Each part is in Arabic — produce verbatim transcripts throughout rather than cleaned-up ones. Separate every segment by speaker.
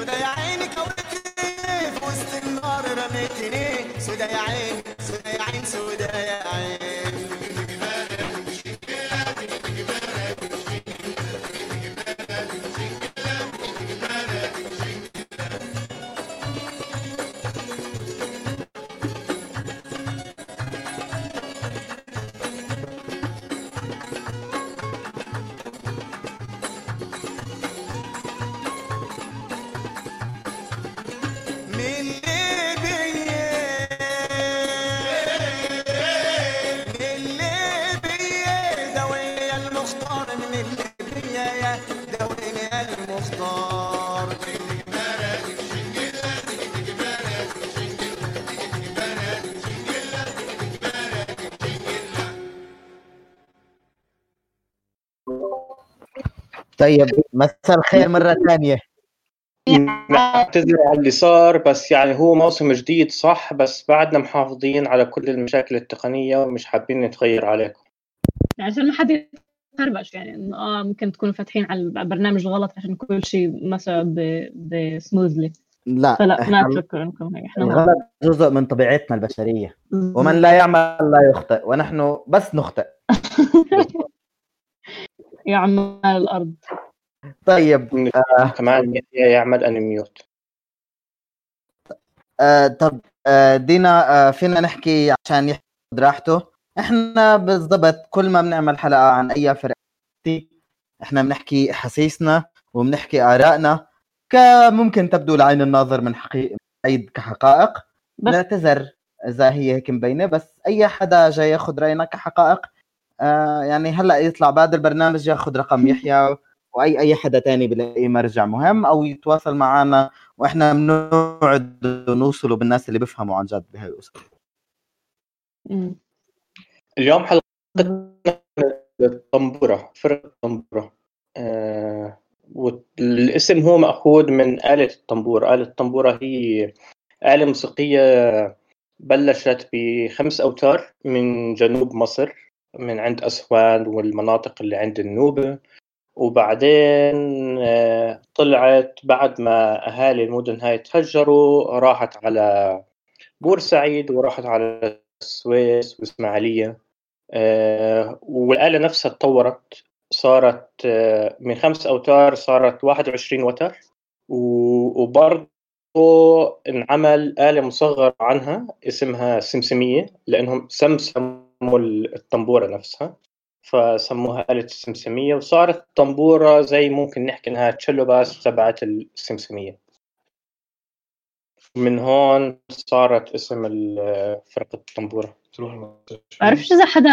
Speaker 1: سودا يا عيني كويتني في وسط النار رميتني سودا يا عين سودا يا عين سودا يا عين
Speaker 2: طيب مساء الخير مرة ثانية.
Speaker 3: نعتذر على اللي صار، بس يعني هو موسم جديد صح، بس بعدنا محافظين على كل المشاكل التقنية ومش حابين نتغير عليكم
Speaker 4: عشان ما حد يتخربش، يعني إنه اه ممكن تكونوا فاتحين على البرنامج غلط عشان كل شيء ماشي بسموذلي.
Speaker 2: لا
Speaker 4: فلا
Speaker 2: احنا
Speaker 4: ما تفكروا انكم هيك، احنا
Speaker 2: الغلط جزء من طبيعتنا البشرية، ومن لا يعمل لا يخطئ، ونحن بس نخطئ.
Speaker 4: يا عمال الارض.
Speaker 2: طيب
Speaker 3: آه. كمان يعمل انميوت.
Speaker 2: آه طب آه دينا، آه فينا نحكي عشان ياخد راحته. احنا بالضبط كل ما بنعمل حلقة عن اي فرق احنا بنحكي احاسيسنا وبنحكي آرائنا، كممكن تبدو لعين الناظر من حقيقة عيد كحقائق. نعتذر اذا هي هيك مبينة، بس اي حدا جاي ياخد رأينا كحقائق آه يعني هلا يطلع بعد البرنامج ياخد رقم يحيى واي اي حدا تاني بلاقي مرجع مهم، او يتواصل معنا واحنا بنوعد نوصلوا بالناس اللي بيفهموا عن جد بهاي الاسئله.
Speaker 3: اليوم حلقتنا الطنبورة، فرقة الطنبورة. آه والاسم هو مأخوذ من آلة الطنبورة. آلة الطنبورة هي آلة موسيقية بلشت بخمس أوتار من جنوب مصر، من عند أسوان والمناطق اللي عند النوبة، وبعدين آه طلعت بعد ما أهالي المدن هاي تهجروا، راحت على بورسعيد وراحت على السويس وإسماعيلية. آه والآلة نفسها تطورت، صارت آه من خمس أوتار صارت واحد وعشرين وتر، وبرضه انعمل آلة مصغرة عنها اسمها سمسمية، لأنهم سمسموا الطنبورة نفسها فسموها آلة السمسمية، وصارت الطنبورة زي ممكن نحكي إنها تشيلو باس تبعت السمسمية. من هون صارت اسم فرقة الطنبورة.
Speaker 4: عرفت إذا حدا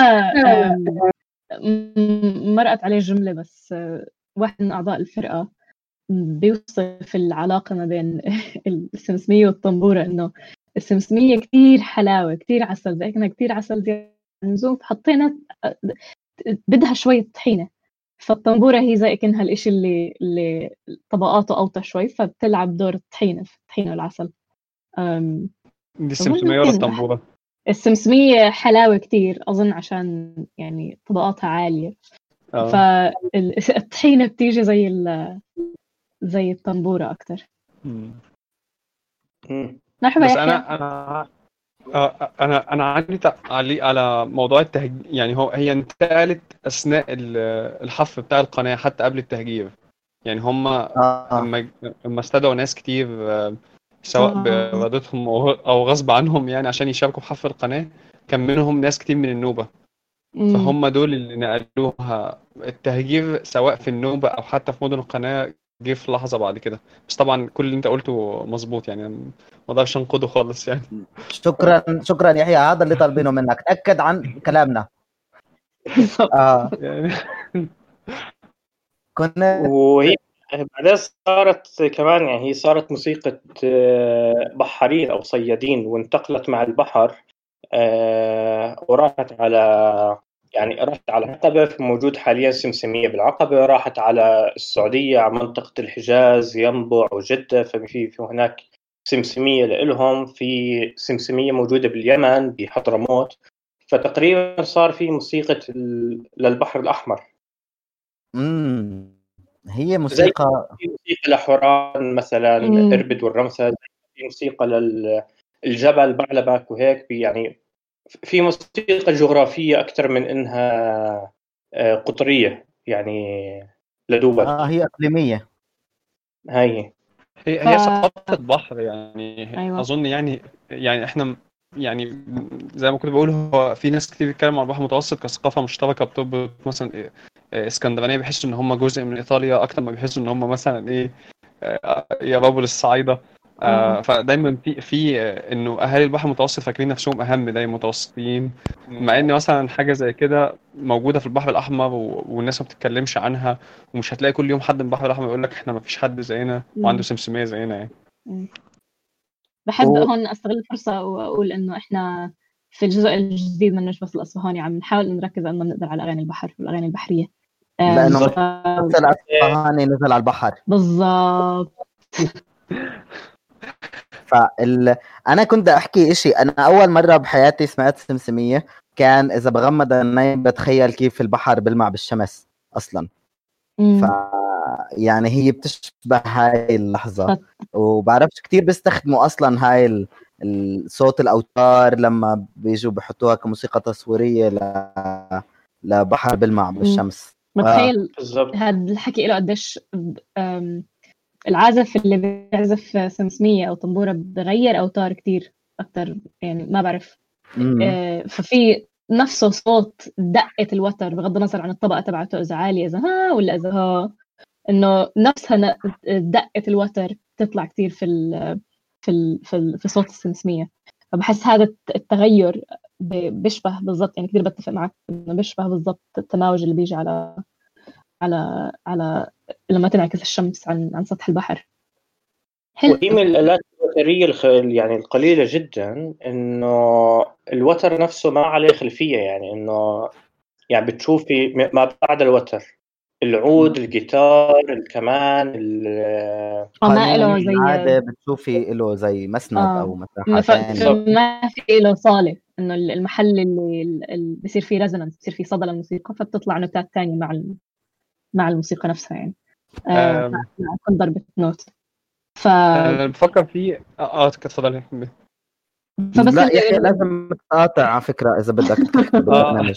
Speaker 4: مرقت عليه جملة، بس واحد من أعضاء الفرقة بيوصف العلاقة ما بين السمسمية والطنبورة إنه السمسمية كتير حلاوة كتير عسل، زي كنا كتير عسل زي نزوف حطينا بدها شوية طحينة، فالطنبورة هي زي كأنها الإشي اللي اللي طبقاته أوطى شوي فبتلعب دور الطحينة في الطحينة والعسل.
Speaker 5: دي السمسمية ولا الطنبورة؟
Speaker 4: السمسمية حلاوة كتير أظن عشان يعني طبقاتها عالية. آه. فالطحينة بتيجي زي زي الطنبورة أكتر.
Speaker 5: مرحبا. بس أنا أنا أنا أنا عندي تعليق على موضوع التهجير. يعني هو هي انتقلت أثناء الحفر بتاع القناة حتى قبل التهجير. يعني هم لما لما استدعوا ناس كتير سواء بإرادتهم أو غصب عنهم يعني عشان يشاركوا في حفر القناة، كان منهم ناس كتير من النوبة. مم. فهم دول اللي نقلوها. التهجير سواء في النوبة أو حتى في مدن القناة جه في لحظة بعد كده. بس طبعا كل اللي انت قلته مظبوط، يعني ما اقدرش انقده خالص يعني.
Speaker 2: شكرا شكرا يحيى، هذا اللي طالبينه منك، تأكد عن كلامنا. اه
Speaker 3: كنا وهي بعدين صارت كمان، يعني هي صارت موسيقى بحارين أو صيادين، وانتقلت مع البحر وراحت على يعني راحت على العقبة، موجود حاليا سمسمية بالعقبة، راحت على السعودية على منطقة الحجاز ينبع وجدة، ففي في هناك سمسمية لإلهم، في سمسمية موجودة باليمن بحضرموت، فتقريبا صار في موسيقى للبحر الأحمر.
Speaker 2: امم هي موسيقى
Speaker 3: في موسيقى لحوران مثلا،
Speaker 4: مم.
Speaker 3: إربد والرمسة، في موسيقى للجبل بعلبك وهيك، يعني في موسيقى جغرافية أكثر من إنها آه، قطرية يعني لدول.
Speaker 2: اه هي اقليميه.
Speaker 3: هاي
Speaker 5: هي
Speaker 4: ف...
Speaker 5: هي ثقافة بحر يعني.
Speaker 4: أيوة.
Speaker 5: أظن يعني يعني إحنا م- يعني زي ما كنت بقول، هو في ناس كتير بيتكلموا عن البحر المتوسط كثقافة مشتركة بتربط مثلا إيه، إيه، اسكندرانية بيحسوا إن هم جزء من إيطاليا أكتر ما بيحسوا إن هم مثلا إيه، آه، يقربوا للصعايدة.
Speaker 4: اه
Speaker 5: آه، فدايما في في آه، إنه أهالي البحر المتوسط فاكرين نفسهم أهم دايما متوسطيين، مع إن مثلا حاجة زي كده موجودة في البحر الأحمر و- والناس ما بتتكلمش عنها. ومش هتلاقي كل يوم حد من البحر الأحمر يقول لك إحنا ما فيش حد زينا وعنده
Speaker 4: مم.
Speaker 5: سمسمية زينا يعني.
Speaker 4: مم. بحب
Speaker 2: و...
Speaker 4: هون أستغل الفرصة وأقول إنه إحنا في الجزء الجديد من نجم الأصفهاني عم نحاول نركز إنه بنقدر على أغاني البحر والأغاني البحرية. آم،
Speaker 2: لانه
Speaker 3: بالضبط.
Speaker 4: ف-
Speaker 2: مثل اصفهاني نزل على البحر.
Speaker 4: بالضبط.
Speaker 2: فال... انا كنت احكي اشي. انا اول مره بحياتي سمعت سمسميه كان اذا بغمض عيني بتخيل كيف البحر بيلمع بالشمس اصلا. ف
Speaker 4: مم.
Speaker 2: يعني هي بتشبه هاي اللحظه.
Speaker 4: ف-
Speaker 2: وبعرفش كتير بيستخدموا اصلا هاي ال- الصوت الاوتار لما بيجوا بحطوها كموسيقى تصويريه ل... لبحر بيلمع
Speaker 4: مم.
Speaker 2: بالشمس. اه
Speaker 4: متخيل
Speaker 3: بالضبط.
Speaker 4: هذا الحكي له قديش ب- آم، العازف اللي بيعزف سمسمية أو طنبورة بغير أوتار كتير أكتر، يعني ما بعرف.
Speaker 2: امم
Speaker 4: آه، ففي نفسه صوت دقة الوتر بغض النظر عن الطبقة تبعته، إذا عالية إذا ها ولا إذا ها، إنه نفسها ن- دقة الوتر تطلع كتير في ال في ال في, ال في صوت السمسمية. فبحس هذا الت- التغير ب- بيشبه بالضبط، يعني كتير بتفق معك إنه بيشبه بالضبط التماوج اللي بيجي على على على لما تنعكس الشمس عن عن سطح البحر. حلو.
Speaker 3: وهي من الآلات الوترية الخ... يعني القليلة جدا، إنه الوتر نفسه ما عليه خلفية، يعني إنه يعني بتشوفي م- ما بعد الوتر العود، الجيتار، الكمان، ال-
Speaker 4: ما
Speaker 2: قانون
Speaker 4: له زي
Speaker 2: العاده بتشوفي له زي مسند
Speaker 4: اه
Speaker 2: او مساحه
Speaker 4: إنه ف-
Speaker 2: ثانيه.
Speaker 3: بالضبط.
Speaker 4: فما في له صالة، انه المحل اللي, اللي بيصير فيه ريزونانس، بيصير فيه صدى للموسيقى، فبتطلع نوتات تانية مع ال- مع الموسيقى نفسها يعني. آه
Speaker 5: آم،
Speaker 4: كنت ضربة نوت. ف
Speaker 5: أنا بفكر في آه آه اتفضل يا حبيبي.
Speaker 4: فبس
Speaker 2: لا يحيى
Speaker 4: ال...
Speaker 2: لازم تقاطع على فكره اذا بدك تحكي
Speaker 5: آه
Speaker 2: بالبرنامج.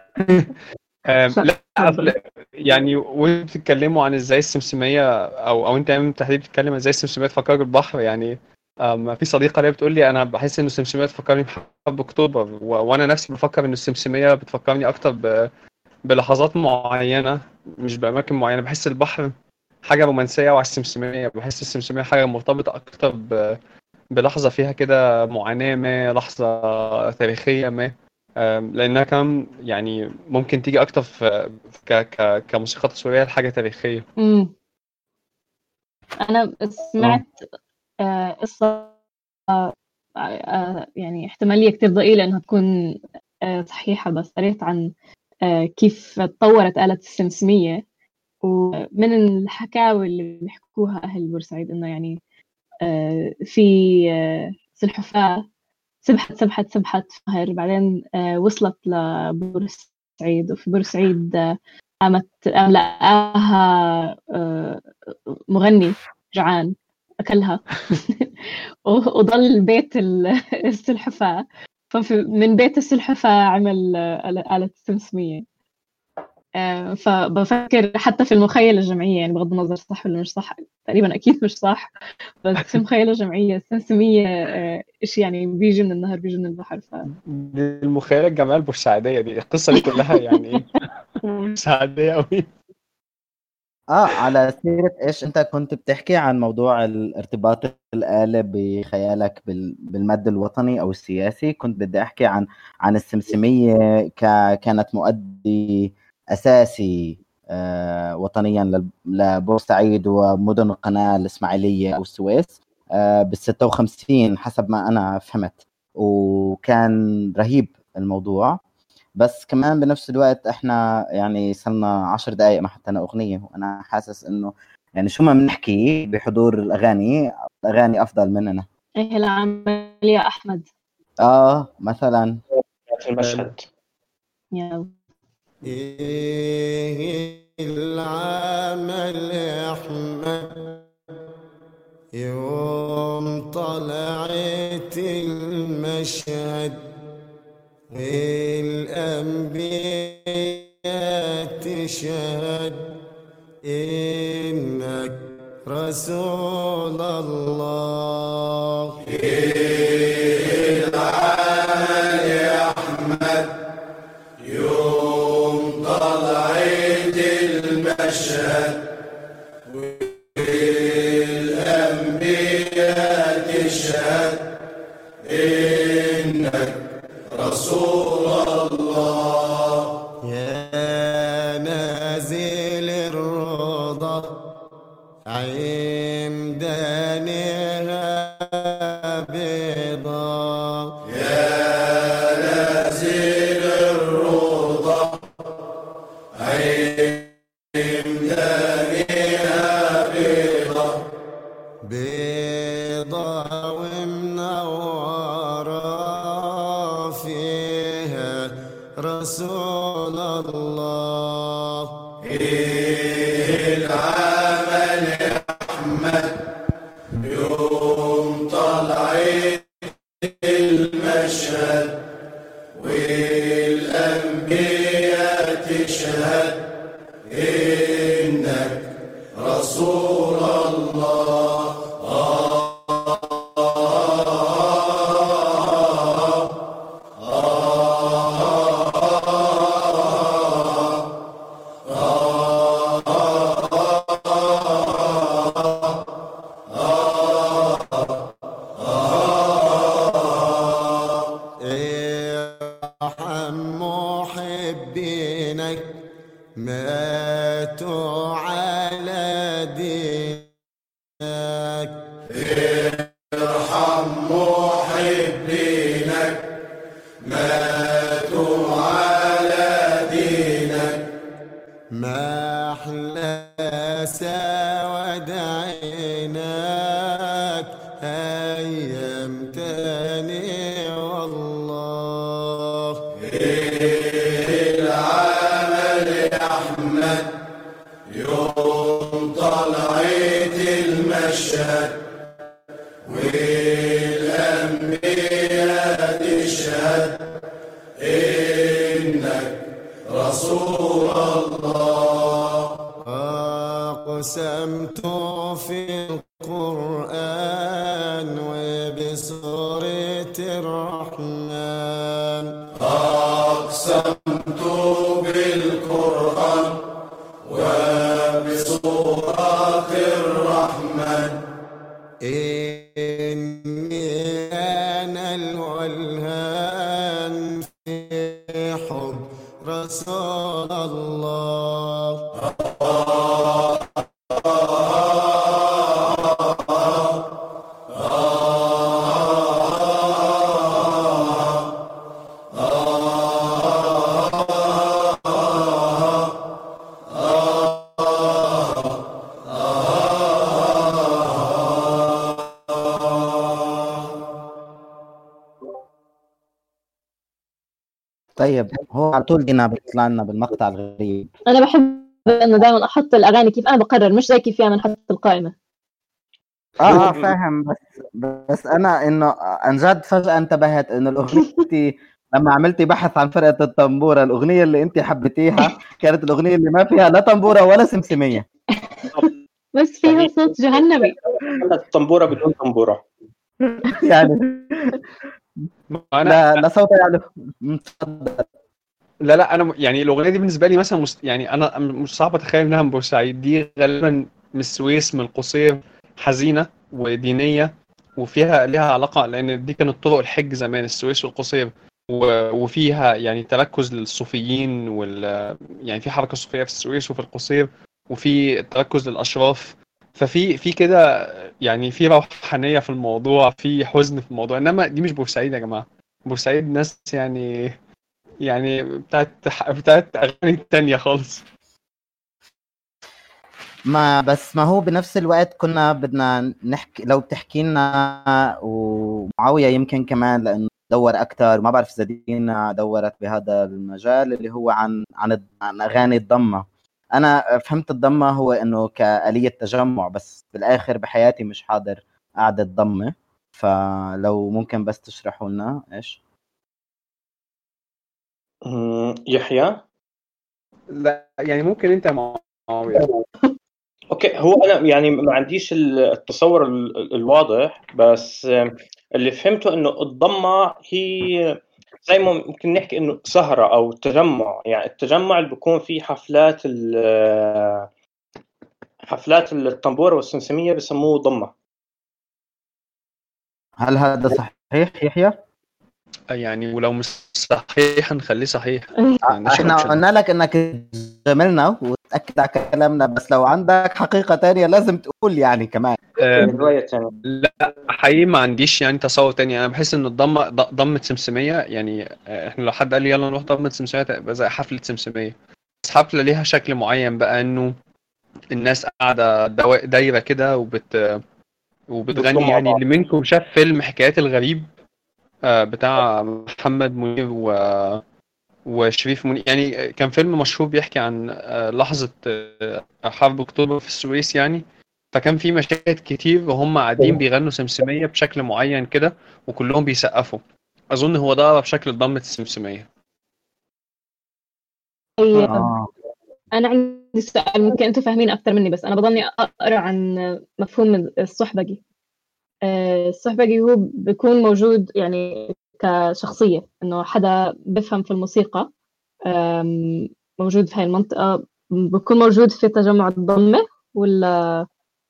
Speaker 5: آم،
Speaker 4: ف...
Speaker 5: لا
Speaker 4: تفضل.
Speaker 5: أصل يعني وانتوا بتتكلموا عن ازاي السمسمية او او انت يا بالتحديد بتتكلم ازاي السمسمية تفكرك بالبحر يعني. آم، في صديقة ليا بتقول لي انا بحس ان السمسمية بتفكرني بحرب اكتوبر، و... وانا نفسي بفكر ان السمسمية بتفكرني اكتر ب... بلحظات معينة مش بأماكن معينة. بحس البحر حاجة رومانسية، وعلى السمسمية بحس السمسمية حاجة مرتبطة أكتر ب... بلحظة فيها كده معاناة ما، لحظة تاريخية ما. أم، لأنها كمان يعني ممكن تيجي أكتر في ك... ك... كموسيقى تصويرية لحاجة تاريخية.
Speaker 4: مم. انا
Speaker 2: اه
Speaker 4: سمعت آه قصة آه يعني احتمالية كتير ضئيلة انها تكون آه صحيحة، بس قريت عن آه كيف تطورت آلة السمسمية. ومن الحكاوي اللي بيحكوها أهل بورسعيد إنه يعني آه، في آه، سلحفاة سبحت سبحت سبحت فهر، بعدين آه، وصلت لبورسعيد، وفي بورسعيد آه، قامت قام لقاها آه، مغني جعان أكلها وضل بيت ال- السلحفاة. فمن بيت السلحفاة عمل آه، آلة السمسمية. آه، فبفكر حتى في المخيلة الجمعية، يعني بغض النظر صح ولا مش صح، تقريبا أكيد مش صح، بس في مخيلة جمعية السمسمية آه، إيش يعني بيجي من النهر بيجي من البحر. ف
Speaker 5: دي المخيلة الجماعية البورسعيدية دي، القصة دي كلها يعني إيه بورسعيدية أوي.
Speaker 2: اه على سيرة ايش انت كنت بتحكي عن موضوع الارتباط الآلة بخيالك بال... بالمد الوطني او السياسي، كنت بدي احكي عن عن السمسمية ك... كانت مؤدي اساسي آه وطنيا لل... لبورسعيد ومدن القناة الاسماعيلية او السويس آه بالستة وخمسين حسب ما انا فهمت. وكان رهيب الموضوع. بس كمان بنفس الوقت احنا يعني صرنا عشر دقايق ما حطينا اغنيه، وانا حاسس انه يعني شو ما بنحكي بحضور الاغاني، الاغاني افضل مننا.
Speaker 4: إيه العمل يا أحمد؟
Speaker 2: اه مثلا
Speaker 3: في المشهد.
Speaker 4: يلا.
Speaker 1: إيه العمل أحمد يوم طلعت المشهد والأنبياء تشهد إنك رسول الله. العمل يا أحمد يوم طلعت المشهد والأنبياء تشهد إنك رسول الله. يا نازل الرضا عمدانها بيضا. يا نازل الرضا عمدانها بيضا بيضا ومنورة فيها رسول الله. العمل يا أحمد يوم طلعت المشهد والأنبياء تشهد إنك رسول الله. محبينك ماتوا على دينك. ارحم محبينك ماتوا على دينك. ما أحلى سواد عينك أيام تاني والله. العمل يا أحمد يوم طلعت المشهد والأنبياء تشهد إنك رسول الله. أقسمت في القرآن وبسورة الرحمن. أقسمت بالقرآن وبسورة الرحمن إني أنا الولهان في حب رسول الله.
Speaker 2: طيب هو على طول دينا بيطلع لنا بالمقطع الغريب.
Speaker 4: انا بحب انه دائما احط الاغاني كيف انا بقرر، مش زي كيف انا نحط القائمه.
Speaker 2: اه اه فاهم. بس بس انا انه عن جد فجأة انتبهت انه الاغنية لما عملتي بحث عن فرقة الطنبورة، الاغنية اللي انت حبيتيها كانت الاغنية اللي ما فيها لا طنبورة ولا سمسمية،
Speaker 4: بس فيها صوت جهنمي.
Speaker 3: الطنبورة بدون طنبورة
Speaker 2: يعني
Speaker 5: انا
Speaker 2: لا لا صوت يعني.
Speaker 5: لا لا انا م- يعني الاغنيه دي بالنسبه لي مثلا مست... يعني انا م- مش صعب اتخيل انها من بورسعيد. دي غالبا من السويس، من القصير، حزينه ودينيه وفيها ليها علاقه، لان دي كانت طرق الحج زمان، السويس والقصير، و... وفيها يعني تركز للصوفيين وال يعني في حركه صوفيه في السويس وفي القصير، وفي تركز للاشراف. ففي في كده يعني في روحانيه في الموضوع، في حزن في الموضوع. انما دي مش بورسعيد يا جماعه. بورسعيد ناس يعني يعني بتاعت بتاعت اغاني تانية خالص.
Speaker 2: ما بس ما هو بنفس الوقت كنا بدنا نحكي، لو بتحكي لنا ومعاوية يمكن كمان لأنه دور أكتر، ما بعرف إذا دينا دورت بهذا المجال اللي هو عن عن عن أغاني الضمة. انا فهمت الضمه هو انه كآلية تجمع، بس بالاخر بحياتي مش حاضر قعدة ضمه، فلو ممكن بس تشرحوا لنا ايش.
Speaker 3: مم، يحيى.
Speaker 5: لا يعني ممكن انت مع معاوية.
Speaker 3: اوكي، هو انا يعني ما عنديش التصور ال- الواضح، بس اللي فهمته انه الضمه هي زي ما ممكن نحكي انه سهره او تجمع. يعني التجمع اللي بيكون فيه حفلات ال- حفلات الطنبوره والسمسميه بسموه ضمه.
Speaker 2: هل هذا صحيح يحيى؟
Speaker 5: يعني ولو مش صحيح نخليه صحيح، ما عندناش
Speaker 2: احنا
Speaker 5: اوبشن.
Speaker 2: قلنا لك انك تجاملنا وتأكد على كلامنا، بس لو عندك حقيقة تانية لازم تقول يعني كمان.
Speaker 3: روايه ثانيه.
Speaker 5: لا حقيقي ما عنديش يعني تصور تاني. انا بحس ان الضمه ض- ضمه سمسميه، يعني آه، احنا لو حد قال لي يلا نروح ضمه سمسميه تبقى زي حفله سمسميه، بس حفله ليها شكل معين بقى، انه الناس قاعده دوا- دايره كده وبت وبتغني.
Speaker 3: بيطلعوا مع
Speaker 5: يعني
Speaker 3: بعض.
Speaker 5: اللي منكم شاف فيلم حكايات الغريب آه، بتاع محمد منير و... وشريف منير، يعني كان فيلم مشهور بيحكي عن آه، لحظة آه، حرب أكتوبر في السويس يعني. فكان في مشاهد كتير وهم قاعدين بيغنوا سمسمية بشكل معين كده وكلهم بيسقفوا. أظن هو ده بشكل ضمة السمسمية.
Speaker 4: طيب
Speaker 2: اه
Speaker 4: أنا عندي سؤال، ممكن أنتم فاهمين أكتر مني، بس أنا بضلني أقرأ عن مفهوم الصحبجي. آه، الصحبجي هو بيكون موجود يعني كشخصية، إنه حدا بفهم في الموسيقى، آم، موجود في هاي المنطقة، بيكون موجود في تجمع الضمة، ولا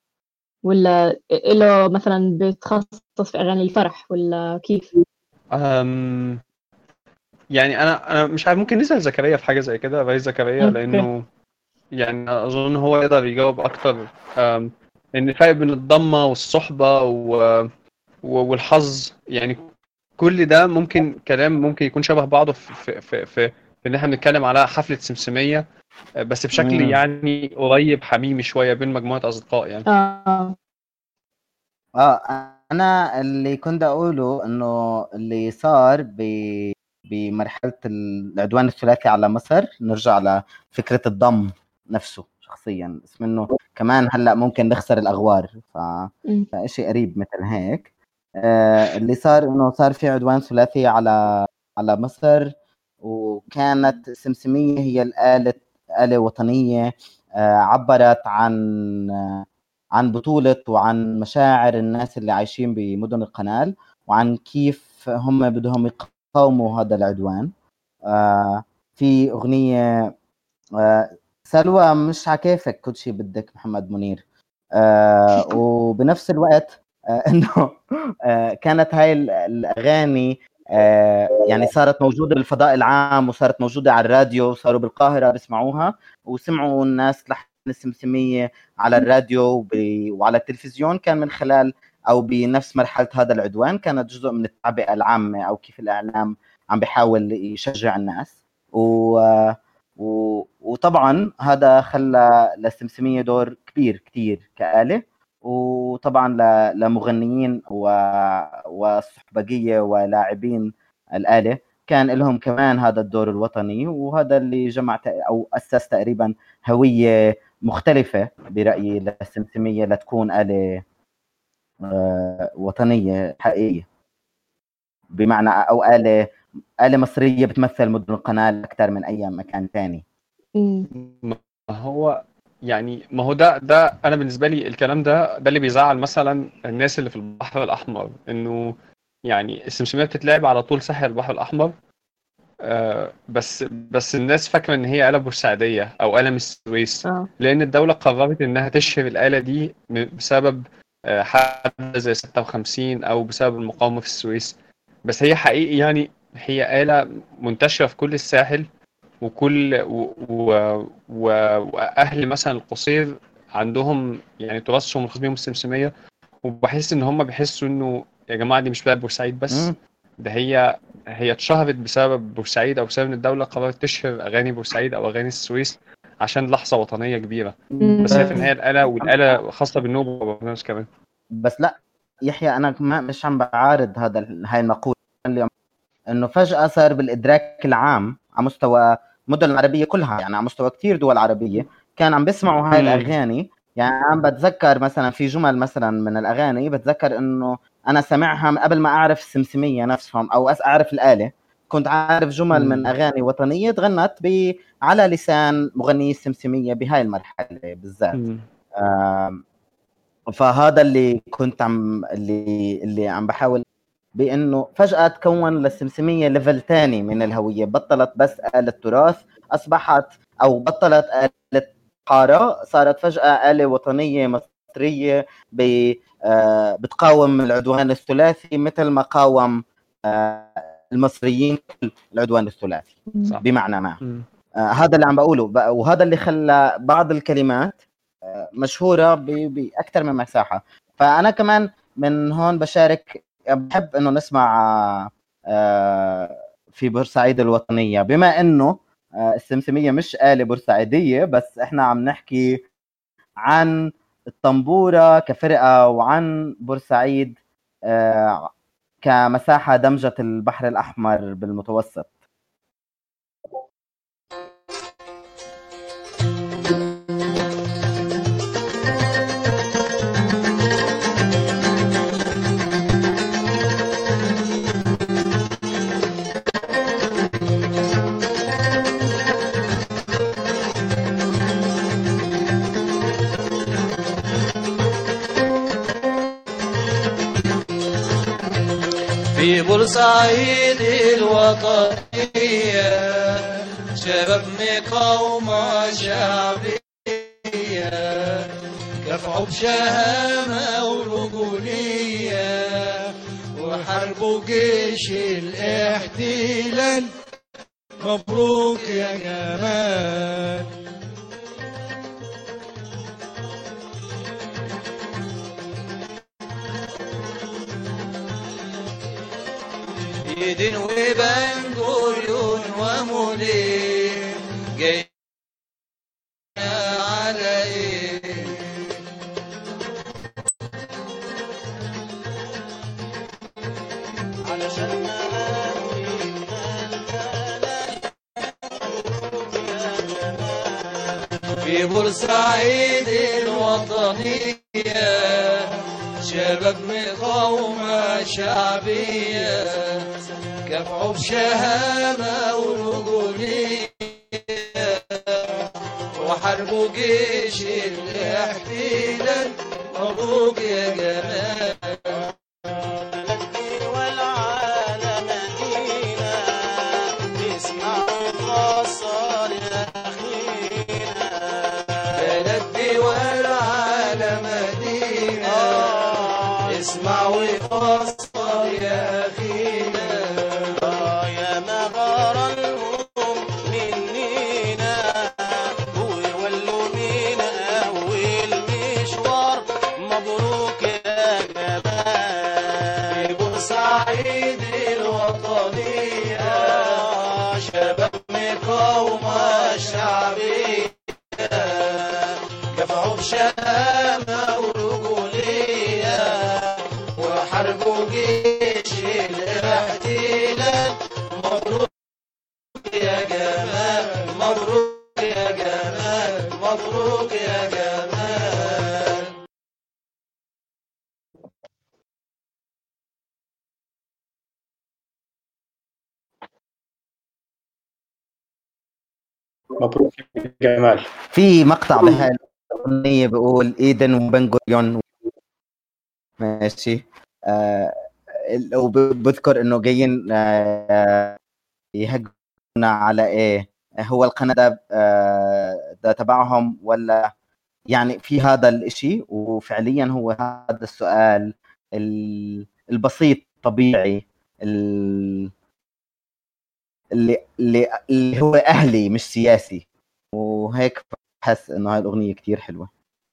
Speaker 4: ولا إله مثلا بيتخصص في أغاني الفرح، ولا كيف؟
Speaker 5: أم يعني أنا أنا مش عارف، ممكن نسأل زكريا في حاجة زي كده، رئيس زكريا،
Speaker 4: أوكي.
Speaker 5: لأنه يعني أظن هو يقدر يجاوب أكتر. أم، إن الفرق بين الضمة والصحبة و- و- والحظ، يعني كل ده ممكن كلام ممكن يكون شبه بعضه في في في, في, في ان احنا بنتكلم على حفلة سمسمية، بس بشكل
Speaker 2: امم
Speaker 5: يعني قريب حميمي شوية بين مجموعة أصدقاء يعني.
Speaker 4: آه.
Speaker 2: اه انا اللي كنت اقوله انه اللي صار ب بمرحلة العدوان الثلاثي على مصر، نرجع لفكرة الضم نفسه شخصيا، اسم انه كمان هلا ممكن نخسر الاغوار، ف...
Speaker 4: أمم.
Speaker 2: فاشي قريب مثل هيك. آه اللي صار انه صار في عدوان ثلاثي على على مصر، وكانت السمسمية هي الآلة آلة وطنية آه عبرت عن آه عن بطولة وعن مشاعر الناس اللي عايشين بمدن القنال، وعن كيف هم بدهم يقاوموا هذا العدوان. آه في أغنية آه سلوى مش عكيفك كل شيء بدك محمد منير. آه وبنفس الوقت آه انه آه كانت هاي ال- الاغاني آه يعني صارت موجوده بالفضاء العام، وصارت موجوده على الراديو، وصاروا بالقاهره بيسمعوها، وسمعوا الناس لحن السمسميه على الراديو وب- وعلى التلفزيون. كان من خلال او بنفس مرحله هذا العدوان كانت جزء من التعبئه العامه، او كيف الاعلام عم بيحاول يشجع الناس. و و... وطبعا هذا خلى للسمسمية دور كبير كتير كآلة، وطبعا ل... لمغنيين و... والصحبجية ولاعبين الآلة كان لهم كمان هذا الدور الوطني، وهذا اللي جمع ت- أو أسس تقريبا هوية مختلفة برأيي للسمسمية لتكون آلة آه، وطنية حقيقية، بمعنى أو آلة آلة مصرية بتمثل مدن القناة أكثر من أي مكان تاني.
Speaker 4: أمم.
Speaker 5: ما هو يعني ما هو ده ده انا بالنسبة لي الكلام ده ده اللي بيزعل مثلا الناس اللي في البحر الأحمر، انه يعني السمسمية بتتلعب على طول ساحل البحر الأحمر. آه، بس بس الناس فاكرة إن هي آلة بورسعيدية أو آلة من السويس،
Speaker 4: آه.
Speaker 5: لأن الدولة قررت إنها تشهر الآلة دي م- بسبب آه، حدث زي ستة وخمسين أو بسبب المقاومة في السويس. بس هي حقيقي يعني هي آلة منتشرة في كل الساحل، وكل و... و... و... وأهل مثلا القصير عندهم يعني تراثهم الخاص بيهم السمسمية. وبحس إن هم بيحسوا إنه يا جماعة دي مش بلاد بورسعيد بس،
Speaker 2: مم.
Speaker 5: ده هي هي اتشهرت بسبب بورسعيد او بسبب ان الدوله قررت تشهر اغاني بورسعيد او اغاني السويس عشان لحظه وطنيه كبيره. بس هي في النهايه الاله والاله خاصه بالنوبه والناس كمان.
Speaker 2: بس لا يحيى، انا ما مش عم بعارض هذا ال- هاي المقوله اللي انه فجاه صار بالادراك العام على مستوى المدن العربيه كلها، يعني على مستوى كثير دول عربيه، كان عم بيسمعوا هاي
Speaker 5: مم.
Speaker 2: الاغاني. يعني عم بتذكر مثلا في جمل مثلا من الاغاني بتذكر انه انا سمعها قبل ما اعرف السمسميه نفسهم او اعرف الاله. كنت عارف جمل من
Speaker 5: مم.
Speaker 2: اغاني وطنيه تغنت ب على لسان مغني السمسميه بهاي المرحله بالذات.
Speaker 5: مم.
Speaker 2: آم، فهذا اللي كنت عم اللي اللي عم بحاول بانه فجاه تكون للسمسميه ليفل تاني من الهويه، بطلت بس آلة تراث، اصبحت او بطلت آلة حاره، صارت فجاه آلة وطنيه مصريه ب آه، بتقاوم العدوان الثلاثي مثل ما قاوم آه، المصريين العدوان الثلاثي
Speaker 5: صح.
Speaker 2: بمعنى ما.
Speaker 5: مم.
Speaker 2: آه، هذا اللي عم بقوله بقى- وهذا اللي خلى بعض الكلمات آه، مشهورة ب- بأكثر من مساحة. فأنا كمان من هون بشارك، بحب إنه نسمع آه، في بورسعيد الوطنية، بما إنه آه، السمسمية مش آلة بورسعيدية، بس إحنا عم نحكي عن الطنبورة كفرقة وعن بورسعيد آه، كمساحة دمجت البحر الأحمر بالمتوسط.
Speaker 6: في بورسعيد الوطنية شباب مقاومة شعبية كافحوا بشهامة ورجولية وحاربوا جيش الاحتلال. مبروك يا جمال. ايدين وبنجوليون ومولين جايين على ايه؟ علشان في بورسعيد الوطنية شباب مقاومة شعبية كافحوا بشهامة ورجولية وحاربوا جيش الاحتلال. مبروك يا جمال.
Speaker 1: بلدي والعالم مدينة اسمعوا القصار يا أخينا.
Speaker 6: بلدي والعالم مدينة اسمع وفصل يا أخينا.
Speaker 1: آه يا مغار الهموم منينا ويولوا بينا أول مشوار. مبروك يا جمال.
Speaker 6: في بورسعيد الوطنية شباب مقاومة شعبية كافحوا بشهامة ورجولية وحاربوا جيش الاحتلال. مبروك يا جمال. مبروك يا جمال. مبروك يا جمال.
Speaker 3: مبروك يا جمال.
Speaker 2: في مقطع بهاي الأغنية بيقول إيدن وبنغوريون ماشي. آه ال- وبذكر إنه جايين آه يهجمونا على إيه، هو القناة ده آه ده تبعهم ولا؟ يعني في هذا الإشي، وفعليا هو هذا السؤال ال- البسيط طبيعي ال- اللي اللي اللي هو أهلي مش سياسي. وهيك بحس إنه هاي الأغنية كتير حلوة.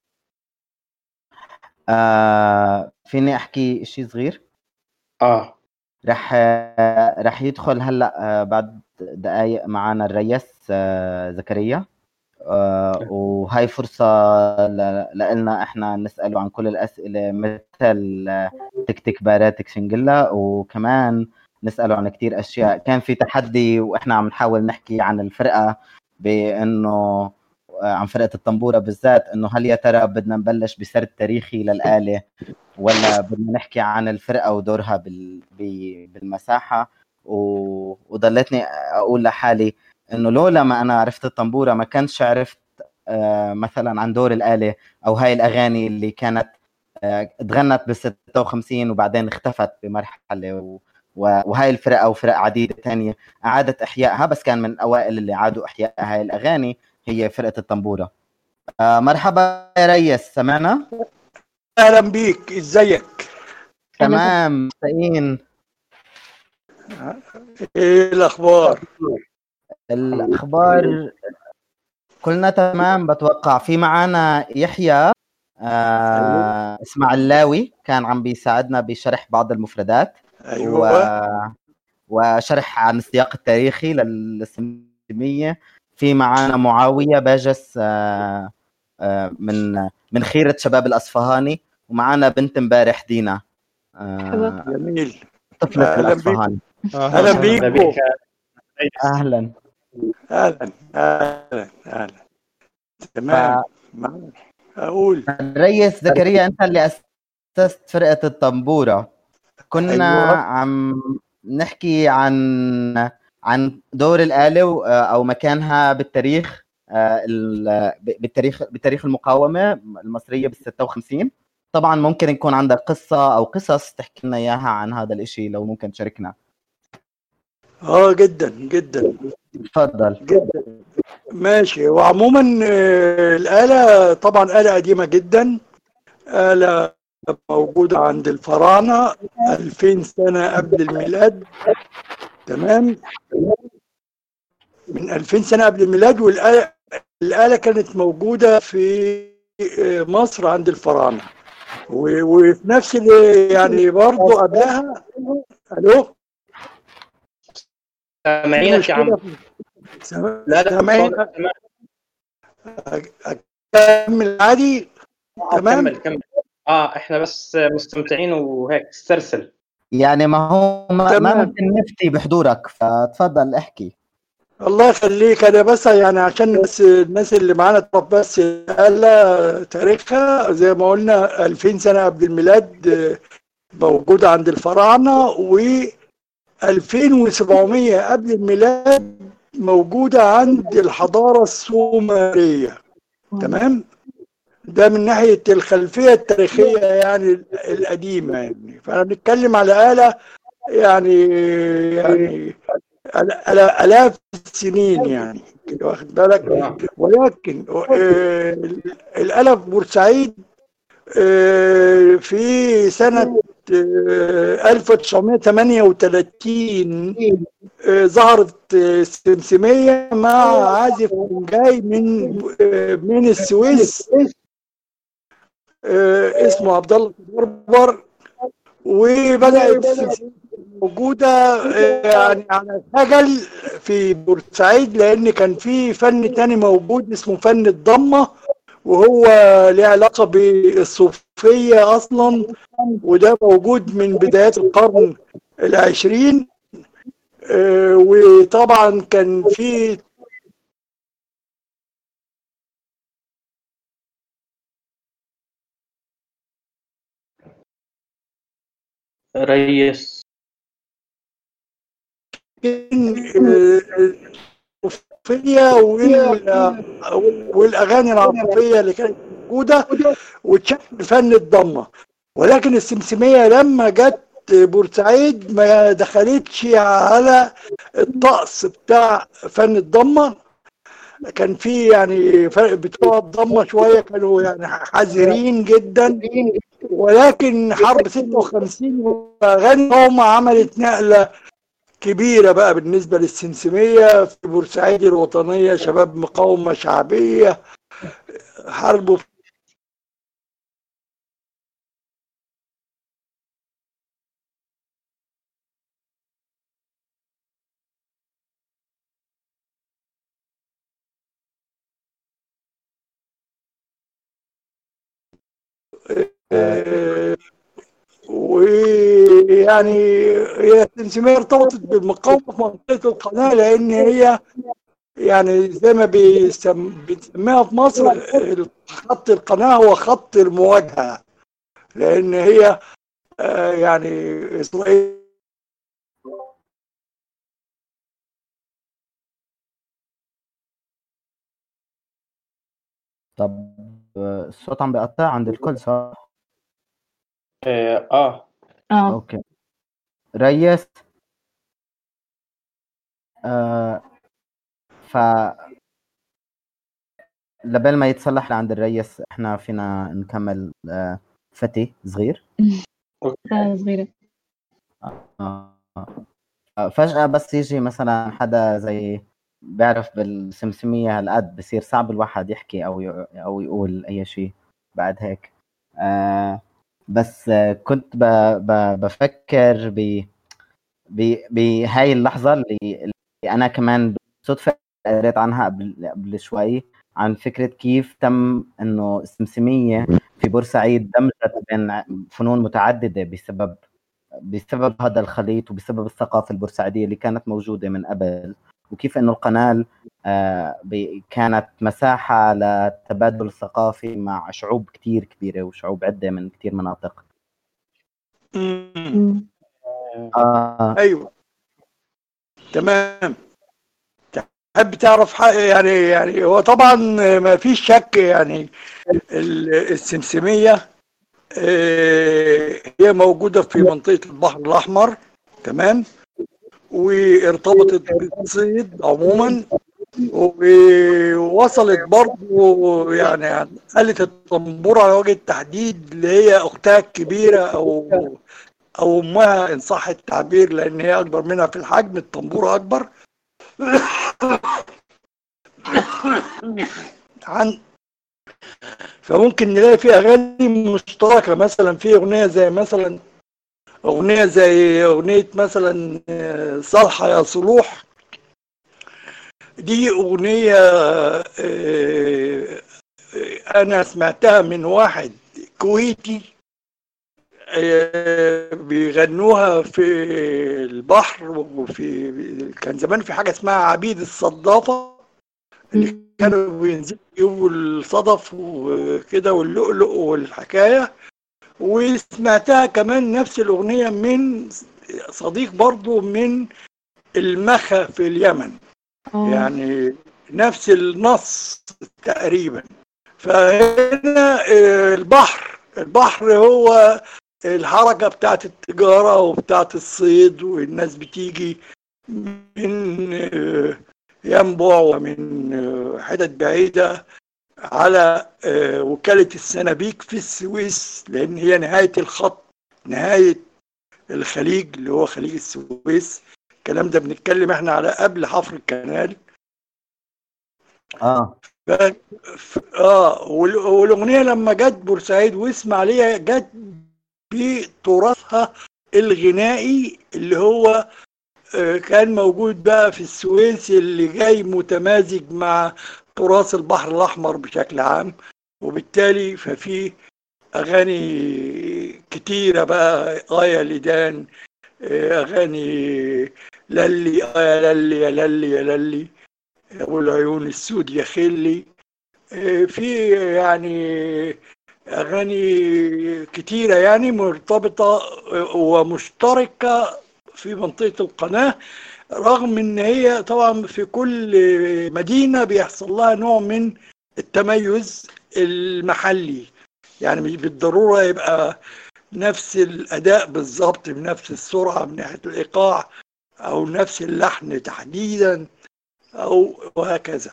Speaker 2: آه فيني احكي شيء صغير؟
Speaker 3: اه
Speaker 2: رح آه رح يدخل هلا آه بعد دقائق معنا الريس آه زكريا، آه وهاي فرصة لنا احنا نسأله عن كل الأسئلة مثل آه تك تك باراتك شنجلة، وكمان نسأله عن كتير أشياء. كان في تحدي وإحنا عم نحاول نحكي عن الفرقة بأنه عن فرقة الطنبورة بالذات، إنه هل يا ترى بدنا نبلش بسرد تاريخي للآلة ولا بدنا نحكي عن الفرقة ودورها بال... بالمساحة. و... وضلتني أقول لحالي إنه لولا ما أنا عرفت الطنبورة ما كانش عرفت آه مثلا عن دور الآلة أو هاي الأغاني اللي كانت آه تغنت بالستة وخمسين وبعدين اختفت بمرحلة و... وهاي الفرقة وفرق عديدة تانية أعادت إحيائها، بس كان من أوائل اللي عادوا إحياء هاي الأغاني هي فرقة الطنبورة. آه مرحبا يا ريس، سمعنا؟
Speaker 7: اهلا بيك، ازيك؟
Speaker 2: تمام مسائين.
Speaker 7: ايه الاخبار؟
Speaker 2: الأخبار كلنا تمام بتوقع. في معانا يحيى آه اسماعيلاوي كان عم بيساعدنا بشرح بعض المفردات.
Speaker 7: ايوه
Speaker 2: و... وشرح عن السياق التاريخي للسمسمية. في معانا معاوية باجس آه آه من من خيرة شباب الأصفهاني، ومعانا بنت امبارح دينا آه
Speaker 7: جميل.
Speaker 2: طفلة
Speaker 7: اهلا
Speaker 2: الأصفهاني.
Speaker 7: بيك، اهلا بيك،
Speaker 2: أهلا
Speaker 7: اهلا اهلا اهلا. تمام. اقول
Speaker 2: الريس زكريا، انت اللي اسست فرقة الطنبورة. كنا
Speaker 7: أيوة.
Speaker 2: عم نحكي عن عن دور الآلة او مكانها بالتاريخ، بالتاريخ بالتاريخ المقاومة المصرية بالستة وخمسين. طبعا ممكن يكون عندك قصة او قصص تحكي لنا اياها عن هذا الاشي، لو ممكن تشاركنا.
Speaker 7: اه جدا جدا
Speaker 2: تفضل.
Speaker 7: جدا ماشي. وعموما الآلة طبعا آلة قديمة جدا، آلة موجودة عند الفراعنة ألفين سنة قبل الميلاد. تمام، من ألفين سنة قبل الميلاد. والآلة الآلة كانت موجودة في مصر عند الفراعنة، وفي نفس يعني برضو قبلها. الو
Speaker 3: سامعينك يا عم؟
Speaker 7: لا لا اكمل عادي. تمام
Speaker 3: كمل كمل. اه احنا بس مستمتعين وهيك استرسل.
Speaker 2: يعني ما هو ما, ما ممكن نفتي بحضورك، فتفضل احكي.
Speaker 7: الله يخليك. انا بس يعني عشان بس الناس اللي معانا تعرف بس الآلة تاريخها زي ما قلنا ألفين سنة قبل الميلاد موجودة عند الفراعنة، و ألفين وسبعمية قبل الميلاد موجودة عند الحضارة السومرية. تمام، ده من ناحية الخلفية التاريخية يعني القديمة. يعني فأنا بنتكلم على آلة يعني يعني آلاف السنين يعني، واخد بالك. ولكن الآلة في بورسعيد في سنة ألف وتسعمية وتمانية وتلاتين ظهرت السمسمية مع عازف جاي من من السويس اسمه عبد الله بربر، وبدأت موجودة يعني على سجل في بورسعيد، لأن كان في فن تاني موجود اسمه فن الضمة، وهو له علاقة بالصوفية أصلا، وده موجود من بدايات القرن العشرين. وطبعا كان في
Speaker 3: ريس
Speaker 7: الصوفية والأغاني العاطفية اللي كانت موجودة وتشكل فن الضمة. ولكن السمسمية لما جت بورسعيد ما دخلتش على الطقس بتاع فن الضمة. كان في يعني فرق بتوع الضمة شوية كانوا يعني حذرين جدا، ولكن حرب ستة وخمسين وأغاني القومة عملت نقلة كبيرة بقى بالنسبة للسمسمية في بورسعيد الوطنية. شباب مقاومة شعبية حربوا ويعني هي السمسمية ارتبطت بالمقاومة في منطقة القناة، لأن هي يعني زي ما بيسم... بنسميها في مصر خط القناة هو خط المواجهة، لأن هي آه يعني إسرائيل
Speaker 2: طب آه، الصوت عم بيقطع عند الكل صح؟
Speaker 3: اه, آه.
Speaker 4: اه
Speaker 2: اوكي. ريس آه ف لبال ما يتصلح لعند الريس احنا فينا نكمل آه فتي صغير.
Speaker 4: آه، صغيرة.
Speaker 2: آه. آه، فجأة بس يجي مثلا حدا زي بيعرف بالسمسمية هالقد بصير صعب الواحد يحكي أو ي- أو يقول أي شيء بعد هيك. آه بس آه كنت ب ب بفكر ب ب بهاي اللحظة اللي, اللي أنا كمان بالصدفة قريت عنها قبل قبل شوي، عن فكرة كيف تم إنه السمسمية في بورسعيد دمجت بين فنون متعددة بسبب بسبب هذا الخليط وبسبب الثقافة البورسعيدية اللي كانت موجودة من قبل، وكيف إنه القناة آه، بي- كانت مساحة للتبادل الثقافي مع شعوب كتير كبيرة وشعوب عدة من كتير مناطق.
Speaker 7: مم.
Speaker 4: مم.
Speaker 2: آه
Speaker 7: أيوه تمام. تحب تعرف حق يعني يعني هو طبعا ما فيش شك يعني ال- السمسمية آه، هي موجودة في منطقة البحر الأحمر، تمام، وارتبطت بالصيد عموما، ووصلت برضو يعني عن آلة الطنبور على وجه التحديد اللي هي أختها الكبيرة أو أو أمها إن صح التعبير، لأن هي أكبر منها في الحجم، الطنبورة أكبر عن فممكن نلاقي في أغاني مشتركة، مثلا في أغنية زي مثلا أغنية زي أغنية مثلا آه، صالحة يا صلوح. دي أغنية آه، آه، أنا سمعتها من واحد كويتي آه، بيغنوها في البحر، وفي كان زمان في حاجة اسمها عبيد الصدافة اللي كانوا بينزلوا يجيبوا الصدف وكده واللؤلؤ والحكاية. وسمعتها كمان نفس الأغنية من صديق برضو من المخا في اليمن،
Speaker 4: آه.
Speaker 7: يعني نفس النص تقريبا. فهنا آه، البحر البحر هو الحركة بتاعت التجارة وبتاعت الصيد، والناس بتيجي من آه، ينبع ومن آه، حتت بعيدة على آه، وكالة السنابيك في السويس، لأن هي نهاية الخط، نهاية الخليج اللي هو خليج السويس. الكلام ده بنتكلم احنا على قبل حفر الكنال.
Speaker 2: آه
Speaker 7: ف... ف... اه وال- والاغنيه لما جت بورسعيد واسماعيليه جت بتراثها الغنائي اللي هو آه، كان موجود بقى في السويس، اللي جاي متمازج مع تراث البحر الاحمر بشكل عام. وبالتالي ففي اغاني كتيره بقى، آية ليدان، آه، اغاني للي آه يا للي يا للي يا للي والعيون السود يا خلي. آه، في يعني أغاني كتيرة يعني مرتبطة آه، ومشتركة في منطقة القناة، رغم إن هي طبعا في كل مدينة بيحصل لها نوع من التميز المحلي، يعني مش بالضرورة يبقى نفس الأداء بالظبط بنفس السرعة من ناحية الإيقاع أو نفس اللحن تحديدا أو وهكذا.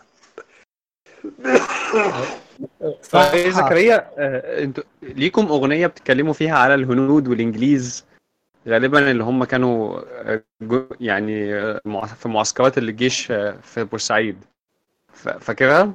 Speaker 2: صح.
Speaker 5: طيب زكريا، آه، انتوا ليكم اغنيه بتتكلموا فيها على الهنود والانجليز غالبا اللي هم كانوا آه، جو- يعني آه، مع- في معسكرات الجيش آه، في بورسعيد، ف- فاكرها؟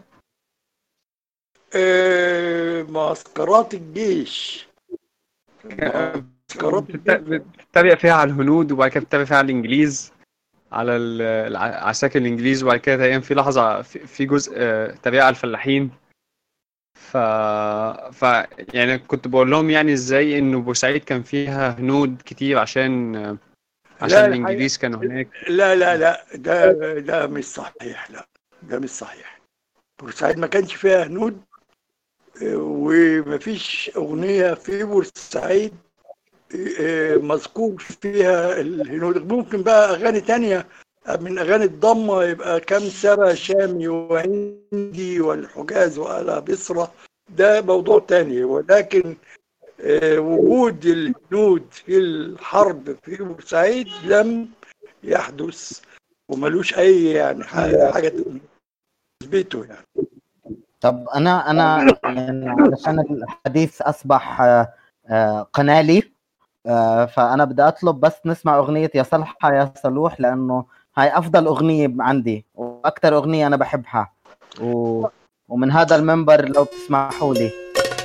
Speaker 7: آه، معسكرات الجيش
Speaker 5: آه،
Speaker 7: معسكرات
Speaker 5: بتت-
Speaker 7: الجيش
Speaker 5: بتتريق فيها على الهنود وبعد كده بتتريق فيها على الانجليز، على ال- الع- عساكر الانجليز، وبعد كده تقريبا في لحظه في في جزء آه، تريقه على الفلاحين. ف... ف يعني كنت بقول لهم يعني ازاي انه بورسعيد كان فيها هنود كتير عشان عشان
Speaker 7: لا الحقيقة
Speaker 5: الانجليز كانوا هناك.
Speaker 7: لا لا لا ده ده مش صحيح. لا ده مش صحيح. بورسعيد ما كانش فيها هنود، آه، ومفيش أغنية في بورسعيد آه، مذكور فيها الهنود. ممكن بقى أغاني تانية من أغاني الضمة يبقى كم سبع شامي وعندي والحجاز وآل بصرة، ده موضوع تاني. ولكن آه، وجود الهنود في الحرب في بورسعيد لم يحدث، وملوش أي يعني حاجة حاجة تثبته يعني.
Speaker 2: طب انا انا يعني علشان الحديث اصبح آه، آه، قنالي، آه، فانا بدي اطلب بس نسمع اغنيه يا صلحه يا صلوح، لانه هاي افضل اغنيه عندي واكثر اغنيه انا بحبها، و... ومن هذا المنبر لو بتسمحوا لي.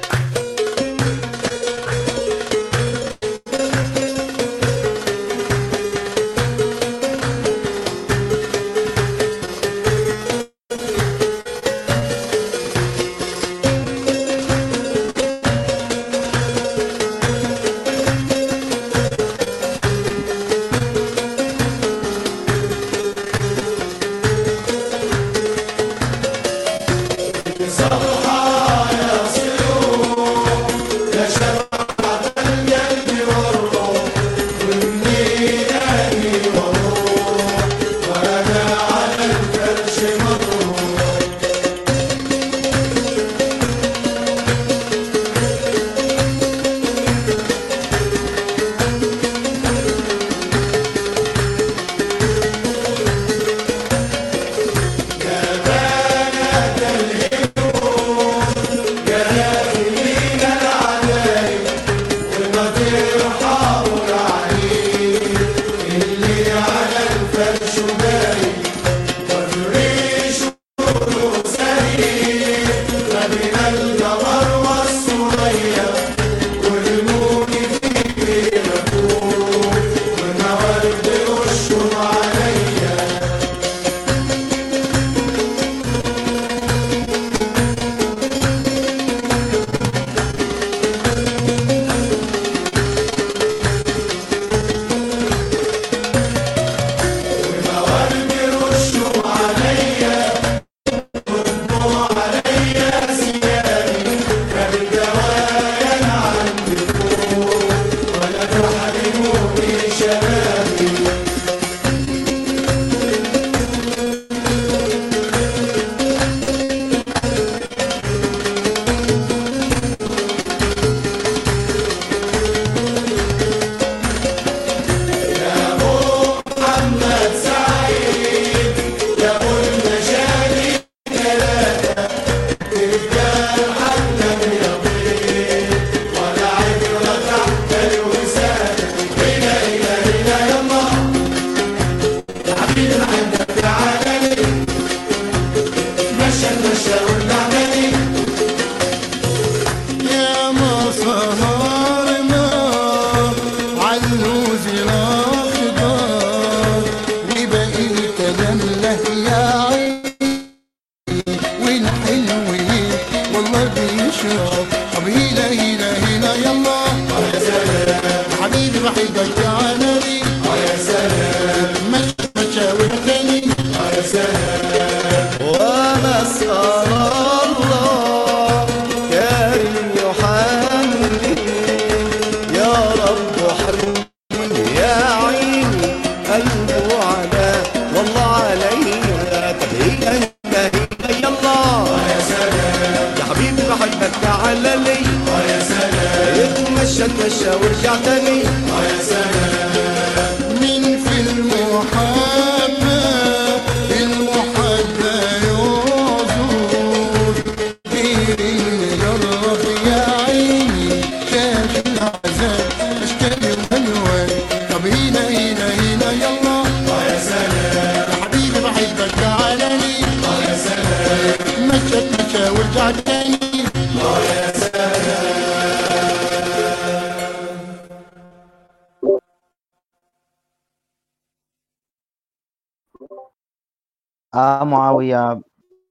Speaker 2: اه معاوية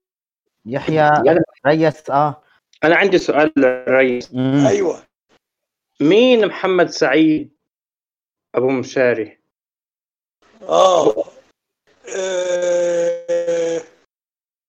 Speaker 2: يحيى
Speaker 3: يعني
Speaker 2: ريس. اه
Speaker 3: انا عندي سؤال للرئيس.
Speaker 2: مم.
Speaker 7: ايوه،
Speaker 3: مين محمد سعيد ابو مشاري؟
Speaker 7: اه, آه.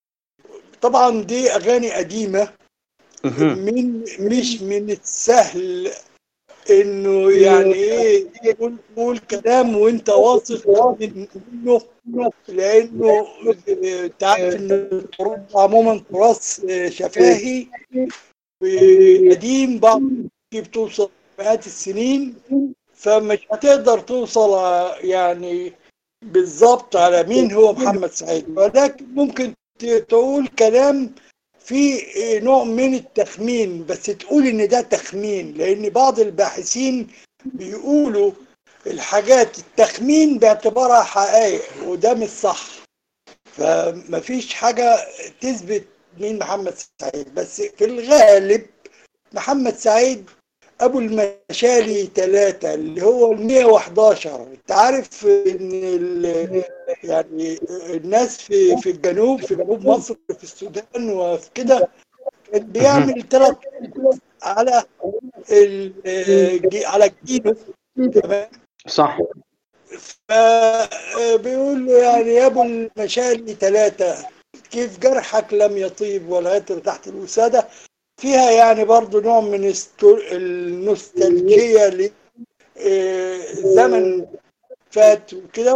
Speaker 7: طبعا دي اغاني قديمه،
Speaker 3: مهم.
Speaker 7: من مش من السهل انه يعني ايه تقول تقول كلام وانت واثق من- منه، لانه انت عارف ان التراث عموما تراث شفاهي وقديم، بعض بتوصل مئات السنين، فمش هتقدر توصل يعني بالظبط على مين هو محمد سعيد، ولكن ممكن ت- تقول كلام في نوع من التخمين، بس تقول ان ده تخمين، لان بعض الباحثين بيقولوا الحاجات التخمين باعتبارها حقائق، وده مش صح. فمفيش حاجة تثبت مين محمد سعيد، بس في الغالب محمد سعيد ابو المشالي ثلاثة اللي هو ال مئة وحداشر. انت عارف ان ال- يعني الناس في في الجنوب، في جنوب مصر، في السودان وفي كده، كان
Speaker 3: مهم.
Speaker 7: بيعمل ثلاث على ال- جي- على جيله. تمام.
Speaker 3: صح.
Speaker 7: فبيقول له يعني يا ابو المشالي ثلاثة، كيف جرحك لم يطيب والعطر تحت الوسادة. فيها يعني برضو نوع من الستو- النوستالجية لزمن فات وكده.